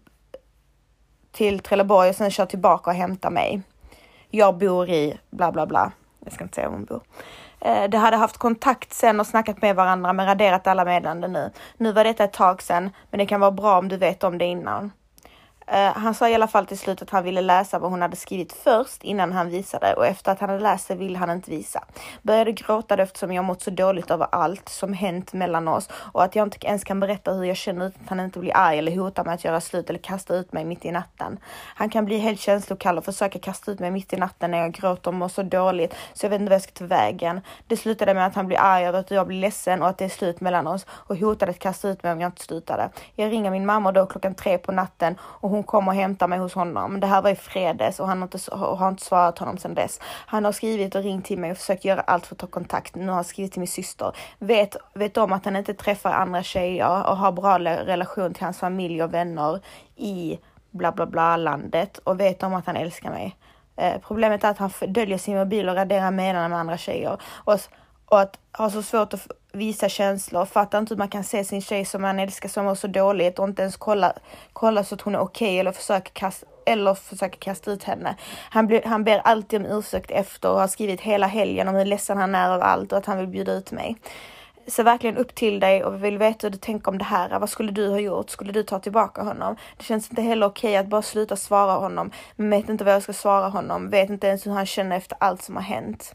till Trelleborg och sen köra tillbaka och hämta mig. Jag bor i bla bla bla. Jag ska inte säga om hon bor. De hade haft kontakt sen och snackat med varandra men raderat alla meddelanden nu. Nu var detta ett tag sen, men det kan vara bra om du vet om det innan. Uh, han sa i alla fall till slut att han ville läsa vad hon hade skrivit först innan han visade, och efter att han hade läst det ville han inte visa. Började gråta eftersom jag mått så dåligt över allt som hänt mellan oss och att jag inte ens kan berätta hur jag känner utan att han inte blir arg eller hotar med att göra slut eller kasta ut mig mitt i natten. Han kan bli helt känslokall och försöka kasta ut mig mitt i natten när jag gråter och mår så dåligt så jag vet inte vad jag ska ta vägen. Det slutade med att han blir arg över att jag blir ledsen och att det är slut mellan oss och hotade att kasta ut mig om jag inte slutade. Jag ringer min mamma då klockan tre på natten och hon kommer och hämtar mig hos honom. Det här var i fredags och han har inte, har inte svarat honom sedan dess. Han har skrivit och ringt till mig och försökt göra allt för att ta kontakt. Nu har han skrivit till min syster. Vet, vet om att han inte träffar andra tjejer och har bra relation till hans familj och vänner i bla bla bla landet och vet om att han älskar mig. Eh, problemet är att han döljer sin mobil och raderar meddelanden med andra tjejer. Och, och att ha så svårt att visa känslor. Fattar inte hur man kan se sin tjej som man älskar som mår så dåligt och inte ens kolla, kolla så att hon är okej okay, eller försöka kasta eller försöka kasta ut henne. Han, blir, han ber alltid om ursäkt efter och har skrivit hela helgen om hur ledsen han är av allt och att han vill bjuda ut mig. Så verkligen upp till dig och vill veta hur du tänker om det här. Vad skulle du ha gjort? Skulle du ta tillbaka honom? Det känns inte heller okej att bara sluta svara honom. Men vet inte vad jag ska svara honom. Vet inte ens hur han känner efter allt som har hänt.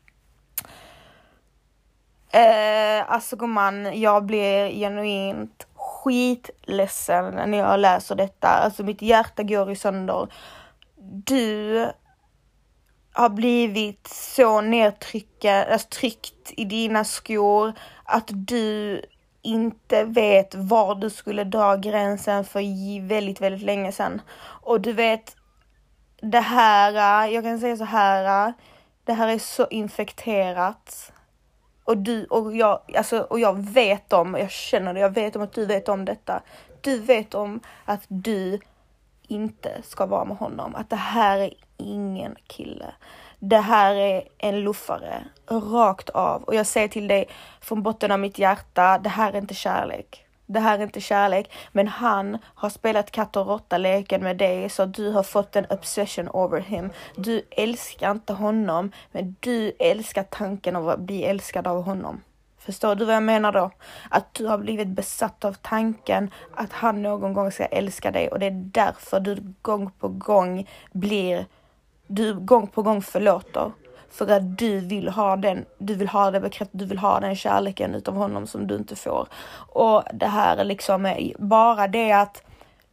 Eh, alltså gumman, jag blir genuint skitledsen när jag läser detta. Alltså mitt hjärta går i sönder. Du har blivit så nedtryckt, alltså tryckt i dina skor att du inte vet var du skulle dra gränsen för väldigt, väldigt länge sedan. Och du vet, det här, jag kan säga så här, det här är så infekterat. Och du och jag, alltså, och jag vet om, jag känner det, jag vet om att du vet om detta. Du vet om att du inte ska vara med honom. Att det här är ingen kille. Det här är en luffare. Rakt av. Och jag säger till dig från botten av mitt hjärta, det här är inte kärlek. Det här är inte kärlek, men han har spelat katt och råtta leken med dig så du har fått en obsession over him. Du älskar inte honom, men du älskar tanken av att bli älskad av honom. Förstår du vad jag menar då? Att du har blivit besatt av tanken att han någon gång ska älska dig och det är därför du gång på gång blir, du gång på gång förlåter. För att du vill ha den, du vill ha det bekräftat, du vill ha den kärleken utav honom som du inte får. Och det här är liksom bara det att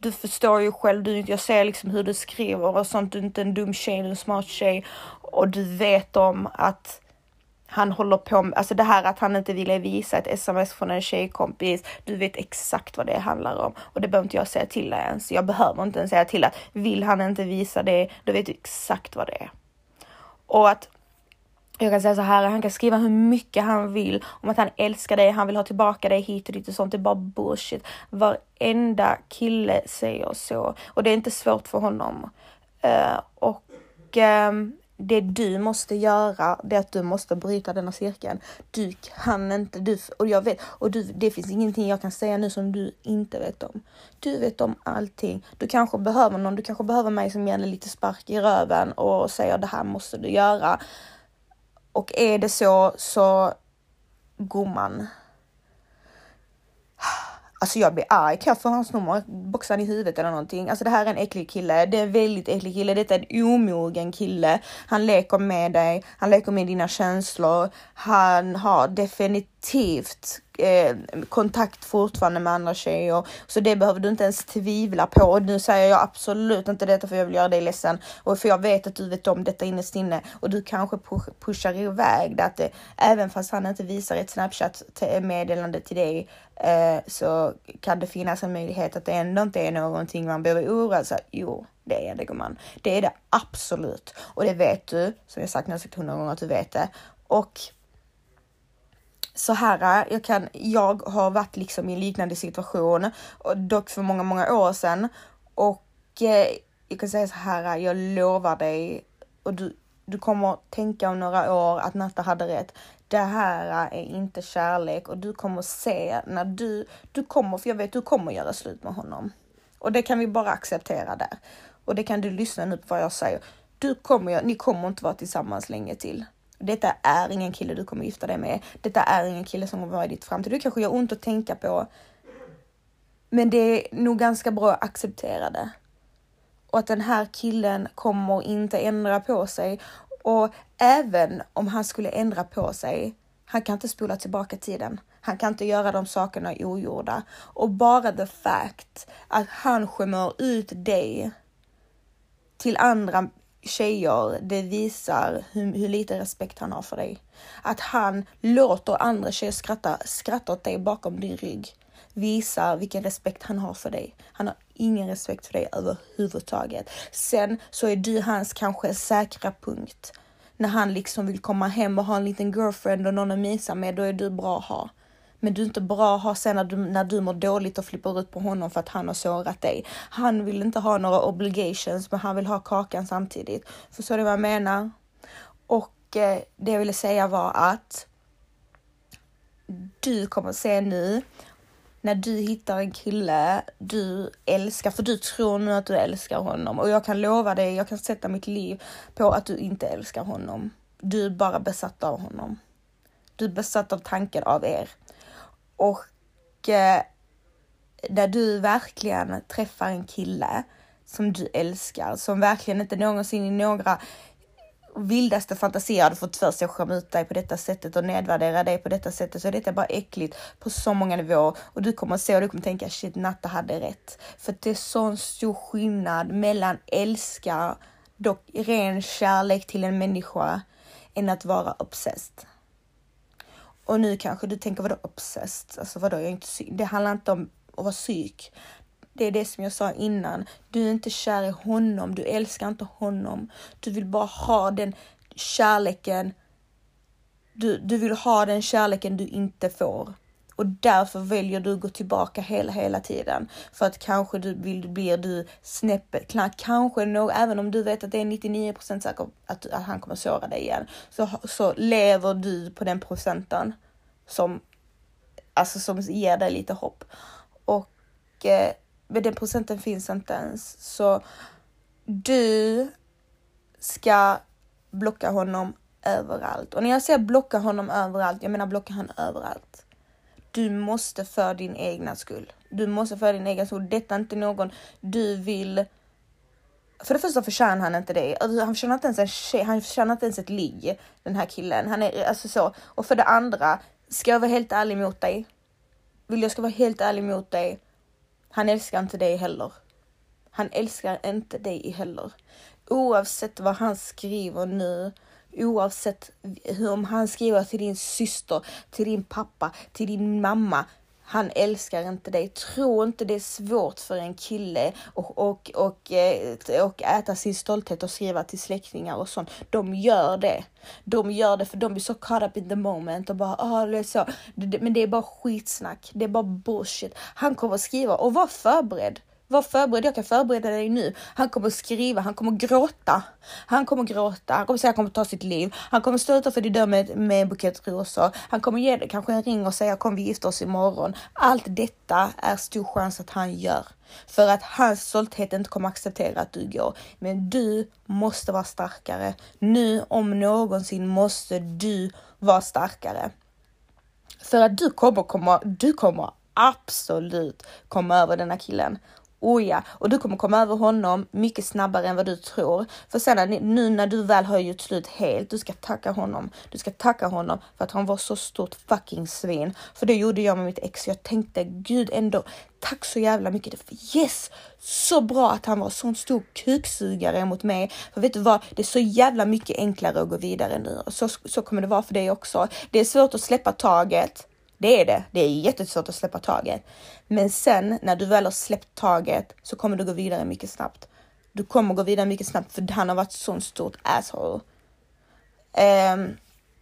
du förstår ju själv, du, jag ser liksom hur du skriver och sånt, du är inte en dum tjej, du är en smart tjej. Och du vet om att han håller på med, alltså det här att han inte ville visa ett sms från en tjejkompis. Du vet exakt vad det handlar om. Och det behöver inte jag säga till dig ens. Jag behöver inte ens säga till att vill han inte visa det, då vet du exakt vad det är. Och att jag kan säga så här, han kan skriva hur mycket han vill om att han älskar dig, han vill ha tillbaka dig hit och dit och sånt. Det är bara bullshit. Varenda kille säger så. Och det är inte svårt för honom. Uh, och um, det du måste göra, det är att du måste bryta denna cirkeln. Du kan inte, du, och jag vet, och du, det finns ingenting jag kan säga nu som du inte vet om. Du vet om allting. Du kanske behöver någon, du kanske behöver mig som ger dig lite spark i röven och säger det här måste du göra. Och är det så, så gumman. Alltså jag blir arg. Kan jag få hans nummer? Boxar i huvudet eller någonting. Alltså det här är en äcklig kille. Det är en väldigt äcklig kille. Det är en omogen kille. Han leker med dig. Han leker med dina känslor. Han har definitivt eh, kontakt fortfarande med andra tjejer. Så det behöver du inte ens tvivla på. Och nu säger jag absolut inte detta för jag vill göra dig ledsen. Och för jag vet att du vet om detta innerst inne. Och du kanske pushar iväg det. Att det, även fast han inte visar ett Snapchat-meddelande till dig. Eh, så kan det finnas en möjlighet att det ändå inte är någonting man behöver oroa sig. Jo, det är det, gumman. Det är det absolut. Och det vet du. Som jag sagt nästan hundra gånger att du vet det. Och så här, jag, kan, jag har varit liksom i en liknande situation. Och dock för många, många år sedan. Och eh, jag kan säga så här, jag lovar dig. Och du, du kommer tänka om några år att Natta hade rätt. Det här är inte kärlek. Och du kommer se när du, du kommer, för jag vet du kommer göra slut med honom. Och det kan vi bara acceptera där. Och det kan du lyssna nu på vad jag säger. Du kommer, ni kommer inte vara tillsammans länge till. Detta är ingen kille du kommer gifta dig med. Detta är ingen kille som kommer vara i ditt framtid. Det kanske gör ont att tänka på. Men det är nog ganska bra att acceptera det. Och att den här killen kommer inte ändra på sig. Och även om han skulle ändra på sig. Han kan inte spola tillbaka tiden. Han kan inte göra de sakerna ogjorda. Och bara the fact att han skämmer ut dig till andra tjejer, det visar hur, hur lite respekt han har för dig. Att han låter andra tjejer skratta, skratta åt dig bakom din rygg visar vilken respekt han har för dig. Han har ingen respekt för dig överhuvudtaget. Sen så är du hans kanske säkra punkt. När han liksom vill komma hem och ha en liten girlfriend och någon att mysa med, då är du bra att ha. Men du är inte bra att ha sen när du, när du mår dåligt och flippar ut på honom för att han har sårat dig. Han vill inte ha några obligations, men han vill ha kakan samtidigt. Förstår du vad jag menar? Och eh, det jag ville säga var att du kommer se nu när du hittar en kille du älskar, för du tror nu att du älskar honom. Och jag kan lova dig, jag kan sätta mitt liv på att du inte älskar honom. Du är bara besatt av honom. Du är besatt av tanken av er. Och eh, när du verkligen träffar en kille som du älskar, som verkligen inte någonsin i några vildaste fantasier hade fått för sig att skämma ut dig på detta sättet och nedvärdera dig på detta sättet, så detta är bara äckligt på så många nivåer. Och du kommer se och du kommer tänka, shit, Natta hade rätt. För det är sån stor skillnad mellan älska, dock ren kärlek till en människa, än att vara obsessed. Och nu kanske du tänker, vadå obsessed? Alltså vadå, jag är inte psyk. Det handlar inte om att vara psyk. Det är det som jag sa innan. Du är inte kär i honom. Du älskar inte honom. Du vill bara ha den kärleken. Du, du vill ha den kärleken du inte får. Och därför väljer du att gå tillbaka hela, hela tiden. För att kanske du vill, blir du snäppet. Kanske nog, även om du vet att det är nittionio procent säkert att, att han kommer såra dig igen. Så, så lever du på den procenten som, alltså, som ger dig lite hopp. Och eh, men den procenten finns inte ens. Så du ska blocka honom överallt. Och när jag säger blocka honom överallt, jag menar blocka han överallt. Du måste för din egna skull. Du måste för din egen skull. Detta är inte någon du vill. För det första förtjänar han inte det. Han förtjänar inte ens en tjej. Han förtjänar inte ens ett ligg. Den här killen. Han är alltså så. Och för det andra. Ska jag vara helt ärlig mot dig? Vill jag ska vara helt ärlig mot dig? Han älskar inte dig heller. Han älskar inte dig heller. Oavsett vad han skriver nu, oavsett hur om han skriver till din syster, till din pappa, till din mamma, han älskar inte dig. Tro inte det är svårt för en kille och, och, och, och äta sin stolthet och skriva till släktingar och sånt. De gör det. De gör det för de blir så caught up in the moment och bara, ah, det är så. Men det är bara skitsnack. Det är bara bullshit. Han kommer att skriva och var förberedd. Var förberedd, jag kan förbereda dig nu. Han kommer att skriva, han kommer att gråta. Han kommer att gråta, han kommer att säga att han kommer att ta sitt liv. Han kommer att stå utanför din dörr med, med en bukett rosor. Han kommer att ge dig kanske en ring och säga, kom vi gifta oss imorgon. Allt detta är stor chans att han gör. För att hans stolthet inte kommer att acceptera att du går. Men du måste vara starkare. Nu om någonsin måste du vara starkare. För att du kommer, kommer, du kommer absolut komma över denna killen. Oh ja, och du kommer komma över honom mycket snabbare än vad du tror. För sen nu när du väl har gjort slut helt, du ska tacka honom. Du ska tacka honom för att han var så stort fucking svin. För det gjorde jag med mitt ex. Jag tänkte, gud ändå, tack så jävla mycket. För yes, så bra att han var sån stor kuksugare mot mig. För vet du vad, det är så jävla mycket enklare att gå vidare nu. Och så, så kommer det vara för dig också. Det är svårt att släppa taget. Det är det. Det är jättesvårt att släppa taget. Men sen när du väl har släppt taget så kommer du gå vidare mycket snabbt. Du kommer gå vidare mycket snabbt för han har varit så stort asshole. Um,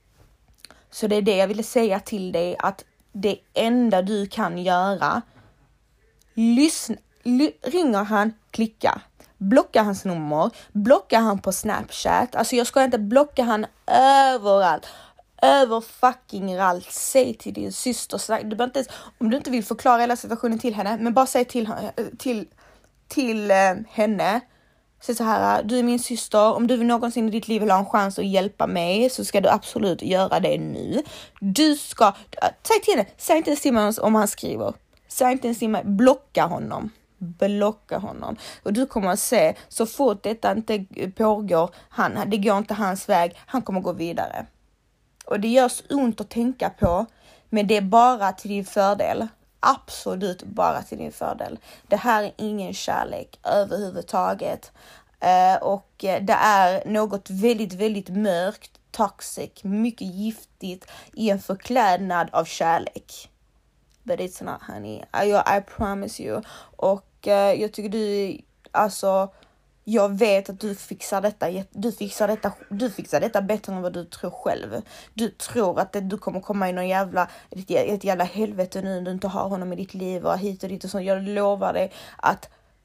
så det är det jag ville säga till dig. Att det enda du kan göra. Lyssna. Ly- ringer han, klicka. Blocka hans nummer. Blocka han på Snapchat. Alltså jag ska inte blocka han överallt. Över fucking allt. Säg till din syster. Du inte ens, om du inte vill förklara hela situationen till henne. Men bara säg till, till, till uh, henne. Säg så här. Du är min syster. Om du vill någonsin i ditt liv vill ha en chans att hjälpa mig. Så ska du absolut göra det nu. Du ska. Uh, säg till henne. Säg inte ens till mig om han skriver. Säg inte ens till mig. Blocka honom. Blocka honom. Och du kommer att se. Så fort detta inte pågår. Han, det går inte hans väg. Han kommer gå vidare. Och det görs ont att tänka på. Men det är bara till din fördel. Absolut bara till din fördel. Det här är ingen kärlek överhuvudtaget. Uh, och det är något väldigt, väldigt mörkt, toxic, mycket giftigt i en förklädnad av kärlek. But it's not, honey. I, I promise you. Och uh, jag tycker du, alltså... Jag vet att du fixar detta, du fixar detta, du fixar detta bättre än vad du tror själv. Du tror att det, du kommer komma i någon jävla, ett, ett jävla helvete nu när du inte har honom i ditt liv och hit och dit och så. Jag lovar dig att,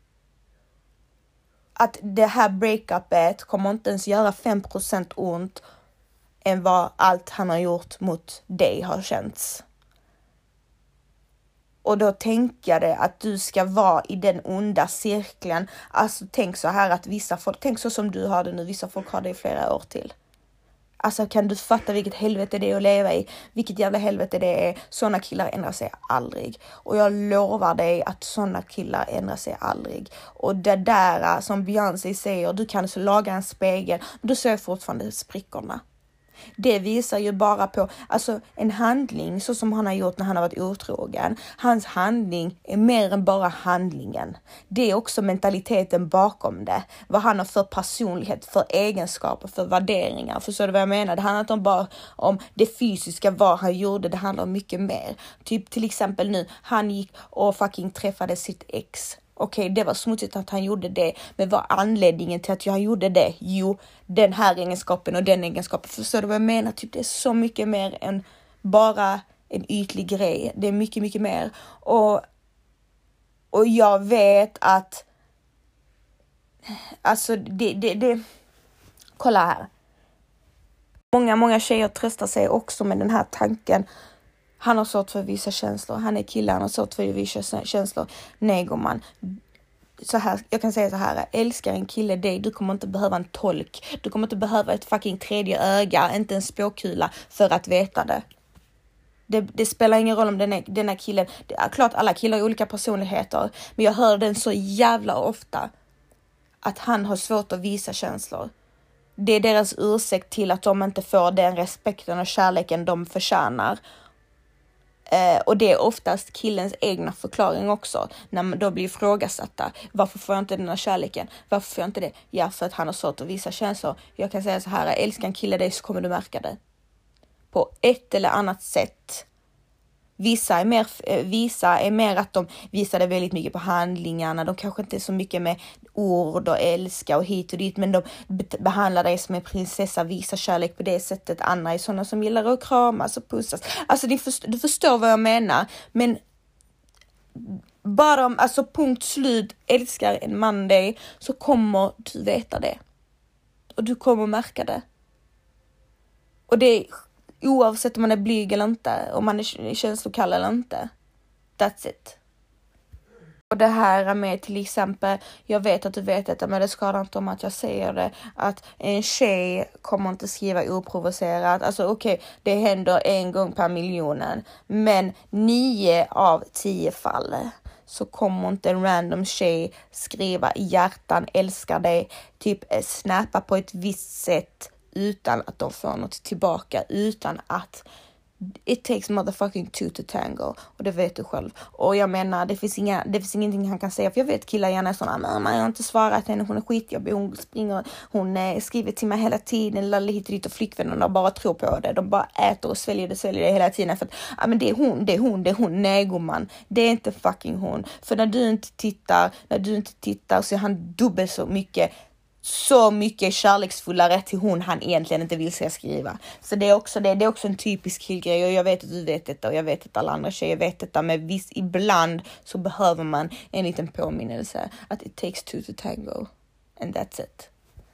att det här breakupet kommer inte ens göra fem procent ont än vad allt han har gjort mot dig har känts. Och då tänker jag det att du ska vara i den onda cirkeln. Alltså tänk så här att vissa folk, tänk så som du har det nu, vissa folk har det i flera år till. Alltså kan du fatta vilket helvete det är att leva i? Vilket jävla helvete det är. Såna killar ändrar sig aldrig. Och jag lovar dig att såna killar ändrar sig aldrig. Och det där som Beyoncé säger, du kan så laga en spegel, men du ser fortfarande sprickorna. Det visar ju bara på alltså en handling så som han har gjort när han har varit otrogen. Hans handling är mer än bara handlingen. Det är också mentaliteten bakom det. Vad han har för personlighet, för egenskaper, för värderingar. Förstår du vad jag menar? Det handlar inte om bara om det fysiska, vad han gjorde. Det handlar om mycket mer. Typ till exempel nu, han gick och fucking träffade sitt ex. Okej, okay, det var smutsigt att han gjorde det. Men vad anledningen till att jag gjorde det? Jo, den här egenskapen och den egenskapen. Förstår du vad jag menar? Typ det är så mycket mer än bara en ytlig grej. Det är mycket, mycket mer. Och, och jag vet att... Alltså, det, det, det... Kolla här. Många, många tjejer tröstar sig också med den här tanken. Han har svårt för vissa känslor. Han är kille, han har svårt för vissa känslor. Nej, gumman. Så här, jag kan säga så här. Älskar en kille dig, du kommer inte behöva en tolk. Du kommer inte behöva ett fucking tredje öga, inte en spåkula för att veta det. Det, det spelar ingen roll om den är, den här killen. Det är klart alla killar har olika personligheter. Men jag hör den så jävla ofta. Att han har svårt att visa känslor. Det är deras ursäkt till att de inte får den respekten och kärleken de förtjänar. Eh, och det är oftast killens egna förklaring också. När man då blir ifrågasatta. Varför får jag inte den här kärleken? Varför får jag inte det? Ja, för att han har svårt att visa känslor. Jag kan säga så här, älskar en kille dig så kommer du märka det. På ett eller annat sätt. Vissa är mer, vissa är mer att de visar det väldigt mycket på handlingarna. De kanske inte är så mycket med ord och älska och hit och dit. Men de behandlar dig som en prinsessa, visar kärlek på det sättet. Andra är sådana som gillar att kramas och pussas. Alltså du förstår, du förstår vad jag menar. Men bara om, alltså punkt slut, älskar en man dig så kommer du veta det. Och du kommer märka det. Och det är oavsett om man är blyg eller inte. Om man är känslokall eller inte. That's it. Och det här är med till exempel. Jag vet att du vet detta. Men det skadar inte om att jag säger det. Att en tjej kommer inte skriva oprovocerat. Alltså okej. Okay, det händer en gång per miljonen. Men nio av tio fall. Så kommer inte en random tjej skriva hjärtan älskar dig. Typ snappa på ett visst sätt. Utan att de får något tillbaka. Utan att it takes motherfucking two to tango. Och det vet du själv. Och jag menar, det finns, inga, det finns ingenting han kan säga. För jag vet killar gärna är sådana. Men jag har inte svarat henne. Hon är skitjobbig. Hon springer. Hon eh, skriver till mig hela tiden. Lalli hit och dit och flickvännerna bara tror på det. De bara äter och sväljer det, sväljer det hela tiden. För att ah, men det är hon, det är hon, det är hon. Nej gumman. Det är inte fucking hon. För när du inte tittar. När du inte tittar så är han dubbelt så mycket. Så mycket kärleksfullare till hon han egentligen inte vill se skriva. Så det är också det, det är också en typisk killgrej. Och jag vet att du vet detta och jag vet att alla andra tjejer vet detta. Men visst, ibland så behöver man en liten påminnelse. Att it takes two to tango. And that's it.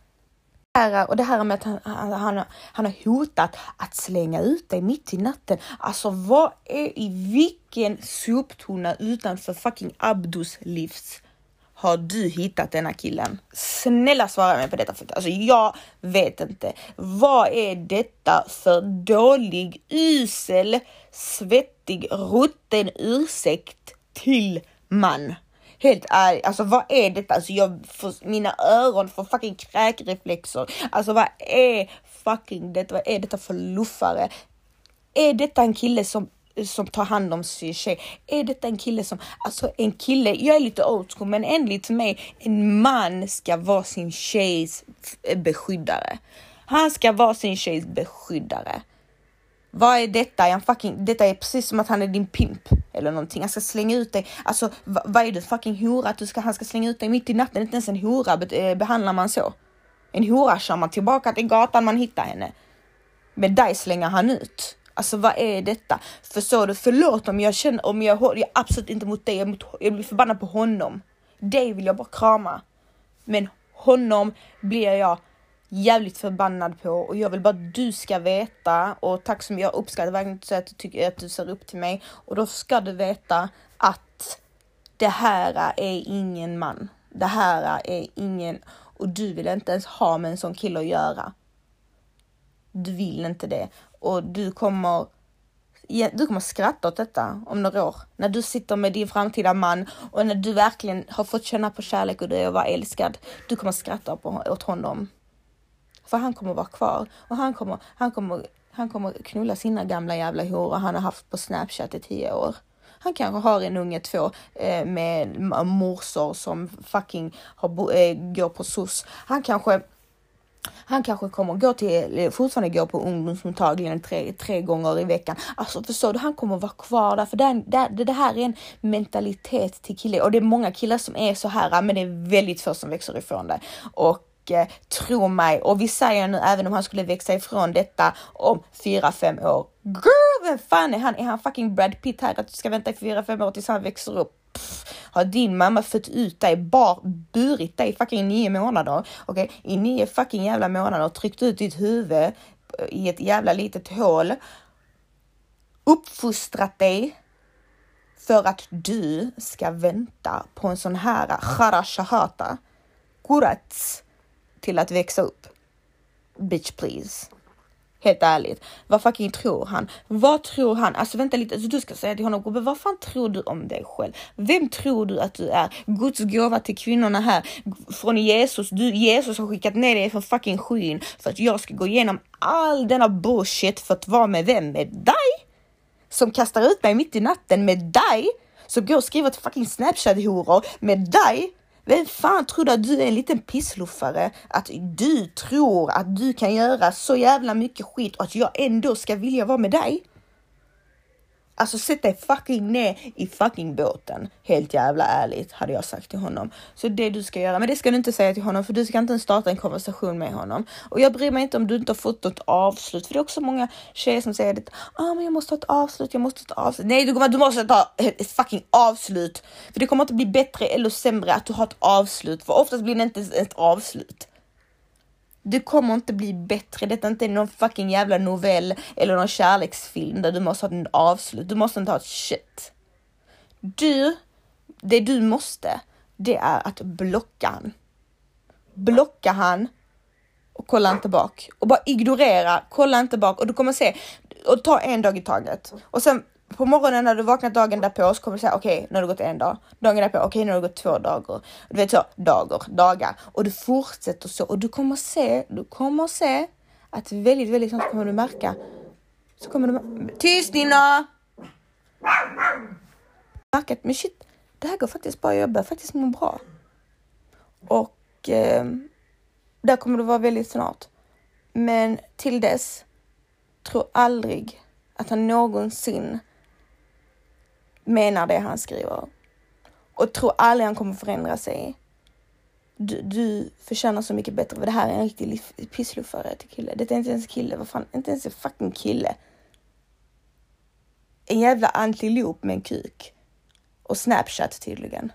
Och det här med att han, han, han, han har hotat att slänga ut dig mitt i natten. Alltså vad är i vilken soptunna utanför fucking Abdus livs har du hittat denna killen? Snälla svara mig på detta. Alltså jag vet inte. Vad är detta för dålig, usel, svettig, rutten ursäkt till man? Helt ärligt. Alltså vad är detta? Alltså jag får, mina öron får fucking kräkreflexer. Alltså vad är fucking detta? Vad är detta för luffare? Är detta en kille som som tar hand om sin tjej? Är detta en kille som, alltså en kille, jag är lite old school, men enligt mig, en man ska vara sin tjejs beskyddare. Han ska vara sin tjejs beskyddare. Vad är detta? Jag fucking, detta är precis som att han är din pimp eller någonting. Han ska slänga ut dig. Alltså, vad, vad är det fucking hora? Att du ska, han ska slänga ut dig mitt i natten. Inte ens en hora be, behandlar man så. En hora kör man tillbaka till gatan, man hittar henne. Men dig slänger han ut. Alltså vad är detta? Förstår du? Förlåt om jag känner, om jag, jag är absolut inte mot dig. Jag, mot, jag blir förbannad på honom. Dig vill jag bara krama. Men honom blir jag jävligt förbannad på. Och jag vill bara att du ska veta. Och tack som jag uppskattar verkligen att du tycker att du ser upp till mig. Och då ska du veta att det här är ingen man. Det här är ingen. Och du vill inte ens ha med en sån kille att göra. Du vill inte det. Och du kommer, du kommer skratta åt detta om några år. När du sitter med din framtida man. Och när du verkligen har fått känna på kärlek och du är var älskad. Du kommer skratta på, åt honom. För han kommer vara kvar. Och han kommer, han kommer, han kommer knulla sina gamla jävla horor han har haft på Snapchat i tio år. Han kanske har en unge två eh, med morsor som fucking har, eh, går på S O S. Han kanske... Han kanske kommer gå till, fortfarande gå på ungdomsmottagningen tre, tre gånger i veckan. Alltså förstår du, han kommer vara kvar där. För det, det, det här är en mentalitet till killar. Och det är många killar som är så här, men det är väldigt få som växer ifrån det. Och eh, tro mig, och vi säger nu, även om han skulle växa ifrån detta om fyra, fem år. Girl, vem fan är han? Är han fucking Brad Pitt här? Att du ska vänta i fyra, fem år tills han växer upp? Pff, har din mamma fött ut dig, bar, burit dig fucking nio månader, okej, okay? I nio fucking jävla månader, tryckt ut ditt huvud i ett jävla litet hål, uppfostrat dig för att du ska vänta på en sån här khara shahata kurats till att växa upp. Bitch please. Helt ärligt. Vad fucking tror han? Vad tror han? Alltså vänta lite. Alltså, du ska säga till honom. Vad fan tror du om dig själv? Vem tror du att du är? Guds gåva till kvinnorna här. Från Jesus. Du, Jesus har skickat ner dig från fucking skyn. För att jag ska gå igenom all denna bullshit. För att vara med vem? Med dig? som kastar ut mig mitt i natten med dig som går och skriver till fucking Snapchat-horor med dig. Vem fan tror du att du är en liten pissluffare? Att du tror att du kan göra så jävla mycket skit och att jag ändå ska vilja vara med dig? Alltså sätt dig fucking ner i fucking båten. Helt jävla ärligt hade jag sagt till honom. Så det du ska göra, men det ska du inte säga till honom för du ska inte starta en konversation med honom. Och jag bryr mig inte om du inte har fått något avslut. För det är också många tjejer som säger att ah, men jag måste ha ett avslut, jag måste ha ett avslut. Nej, du, du måste ta ett fucking avslut. För det kommer inte bli bättre eller sämre att du har ett avslut. För oftast blir det inte ett avslut. Du kommer inte bli bättre. Detta är inte någon fucking jävla novell eller någon kärleksfilm där du måste ha en avslut. Du måste inte ha ett shit. Du, det du måste, det är att blocka han. Blocka han och kolla inte bak. Och bara ignorera, kolla inte bak. Och du kommer se, och ta en dag i taget. Och sen på morgonen när du vaknat dagen därpå så kommer du säga okej, okay, nu har det gått en dag. Dagen därpå, okej, okay, nu har det gått två dagar. Du vet så, dagar, dagar. Och du fortsätter så. Och du kommer se, du kommer se att väldigt, väldigt snart kommer du märka. Så kommer du tyst Nina! Märka att, men shit, det här går faktiskt bra, jag börjar faktiskt må bra. Och eh, där kommer du vara väldigt snart. Men till dess, tro aldrig att han någonsin menar det han skriver. Och tror aldrig han kommer förändra sig. Du, du förtjänar så mycket bättre. För det här är en riktig pissluffare till kille. Det är inte ens kille. Vad fan? Inte ens en fucking kille. En jävla antilop med en kuk. Och Snapchat tydligen.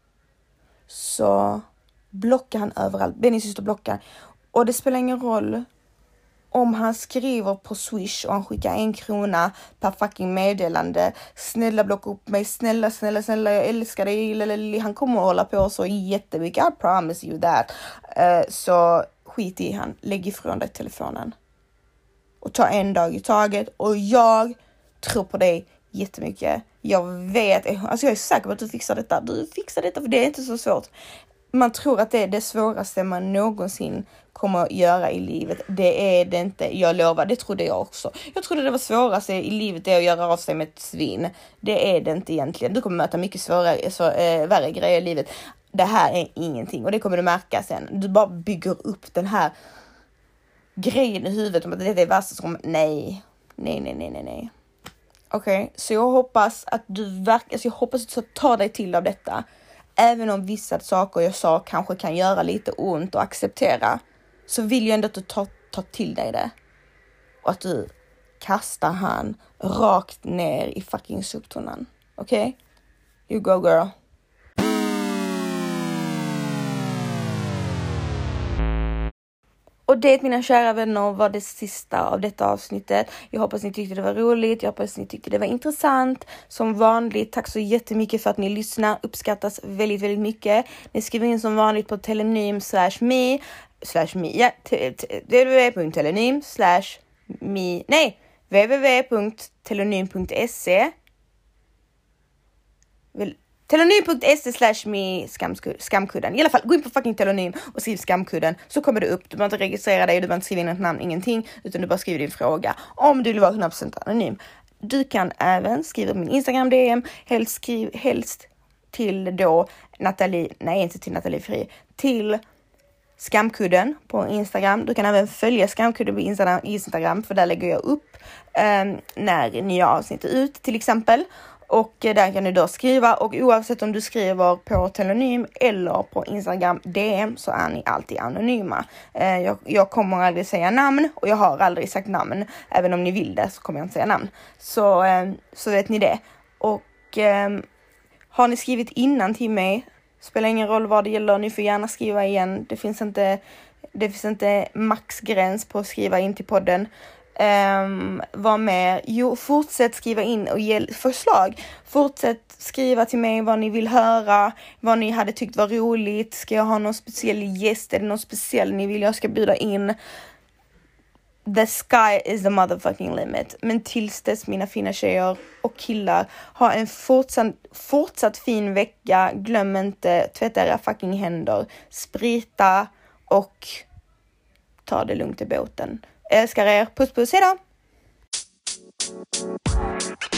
Så blockar han överallt. Benny syster blockar. Och det spelar ingen roll om han skriver på Swish och han skickar en krona per fucking meddelande. Snälla blocka upp mig. Snälla, snälla, snälla. Jag älskar dig. Han kommer att hålla på så jättemycket. I promise you that. Uh, så skit i han. Lägg ifrån dig telefonen. Och ta en dag i taget. Och jag tror på dig jättemycket. Jag vet. Alltså jag är säker på att du fixar detta. Du fixar detta för det är inte så svårt. Man tror att det är det svåraste man någonsin kommer att göra i livet. Det är det inte. Jag lovar, det trodde jag också. Jag trodde det var svåraste i livet är att göra av sig med ett svin. Det är det inte egentligen. Du kommer möta mycket svårare, så, äh, värre grejer i livet. Det här är ingenting och det kommer du märka sen. Du bara bygger upp den här grejen i huvudet om att det är värsta som nej. Nej, nej, nej, nej, nej. Okej, okay, så jag hoppas att du verkar, alltså jag hoppas att du tar dig till av detta. Även om vissa saker jag sa kanske kan göra lite ont och acceptera. Så vill jag ändå att du tar, tar till dig det. Och att du kastar han rakt ner i fucking soptunnan. Okej? Okay? You go girl. Och det, mina kära vänner, var det sista av detta avsnittet. Jag hoppas ni tyckte det var roligt. Jag hoppas ni tyckte det var intressant. Som vanligt, tack så jättemycket för att ni lyssnar. Uppskattas väldigt, väldigt mycket. Ni skriver in som vanligt på telenym slash me slash me. Ja, www punkt telenym slash me. Nej, www punkt telenym punkt se. Telonym punkt se slash me skamkudden. I alla fall, gå in på fucking Telonym och skriv skamkudden. Så kommer det upp. Du behöver inte registrera dig, du behöver inte skriva in ett namn, ingenting. Utan du bara skriver din fråga. Om du vill vara hundra procent anonym. Du kan även skriva min Instagram D M. Helst, skriv, helst till då Nathalie, nej inte till Nathalie Fri. Till Skamkudden på Instagram. Du kan även följa Skamkudden på Instagram, Instagram för där lägger jag upp um, när nya avsnitt är ut till exempel. Och där kan du då skriva, och oavsett om du skriver på Telonym eller på Instagram D M så är ni alltid anonyma. Eh, jag, jag kommer aldrig säga namn och jag har aldrig sagt namn. Även om ni vill det så kommer jag inte säga namn. Så, eh, så vet ni det. Och eh, har ni skrivit innan till mig, spelar ingen roll vad det gäller, ni får gärna skriva igen. Det finns inte, det finns inte maxgräns på att skriva in till podden. Um, vad mer? Jo, fortsätt skriva in och ge förslag. Fortsätt skriva till mig vad ni vill höra, vad ni hade tyckt var roligt. Ska jag ha någon speciell gäst eller någon speciell ni vill jag ska bjuda in? The sky is the motherfucking limit. Men tills dess, mina fina tjejer och killar, ha en fortsatt, fortsatt fin vecka. Glöm inte, tvätta era fucking händer, sprita och ta det lugnt i båten. Älskar er. Puss puss. Hejdå.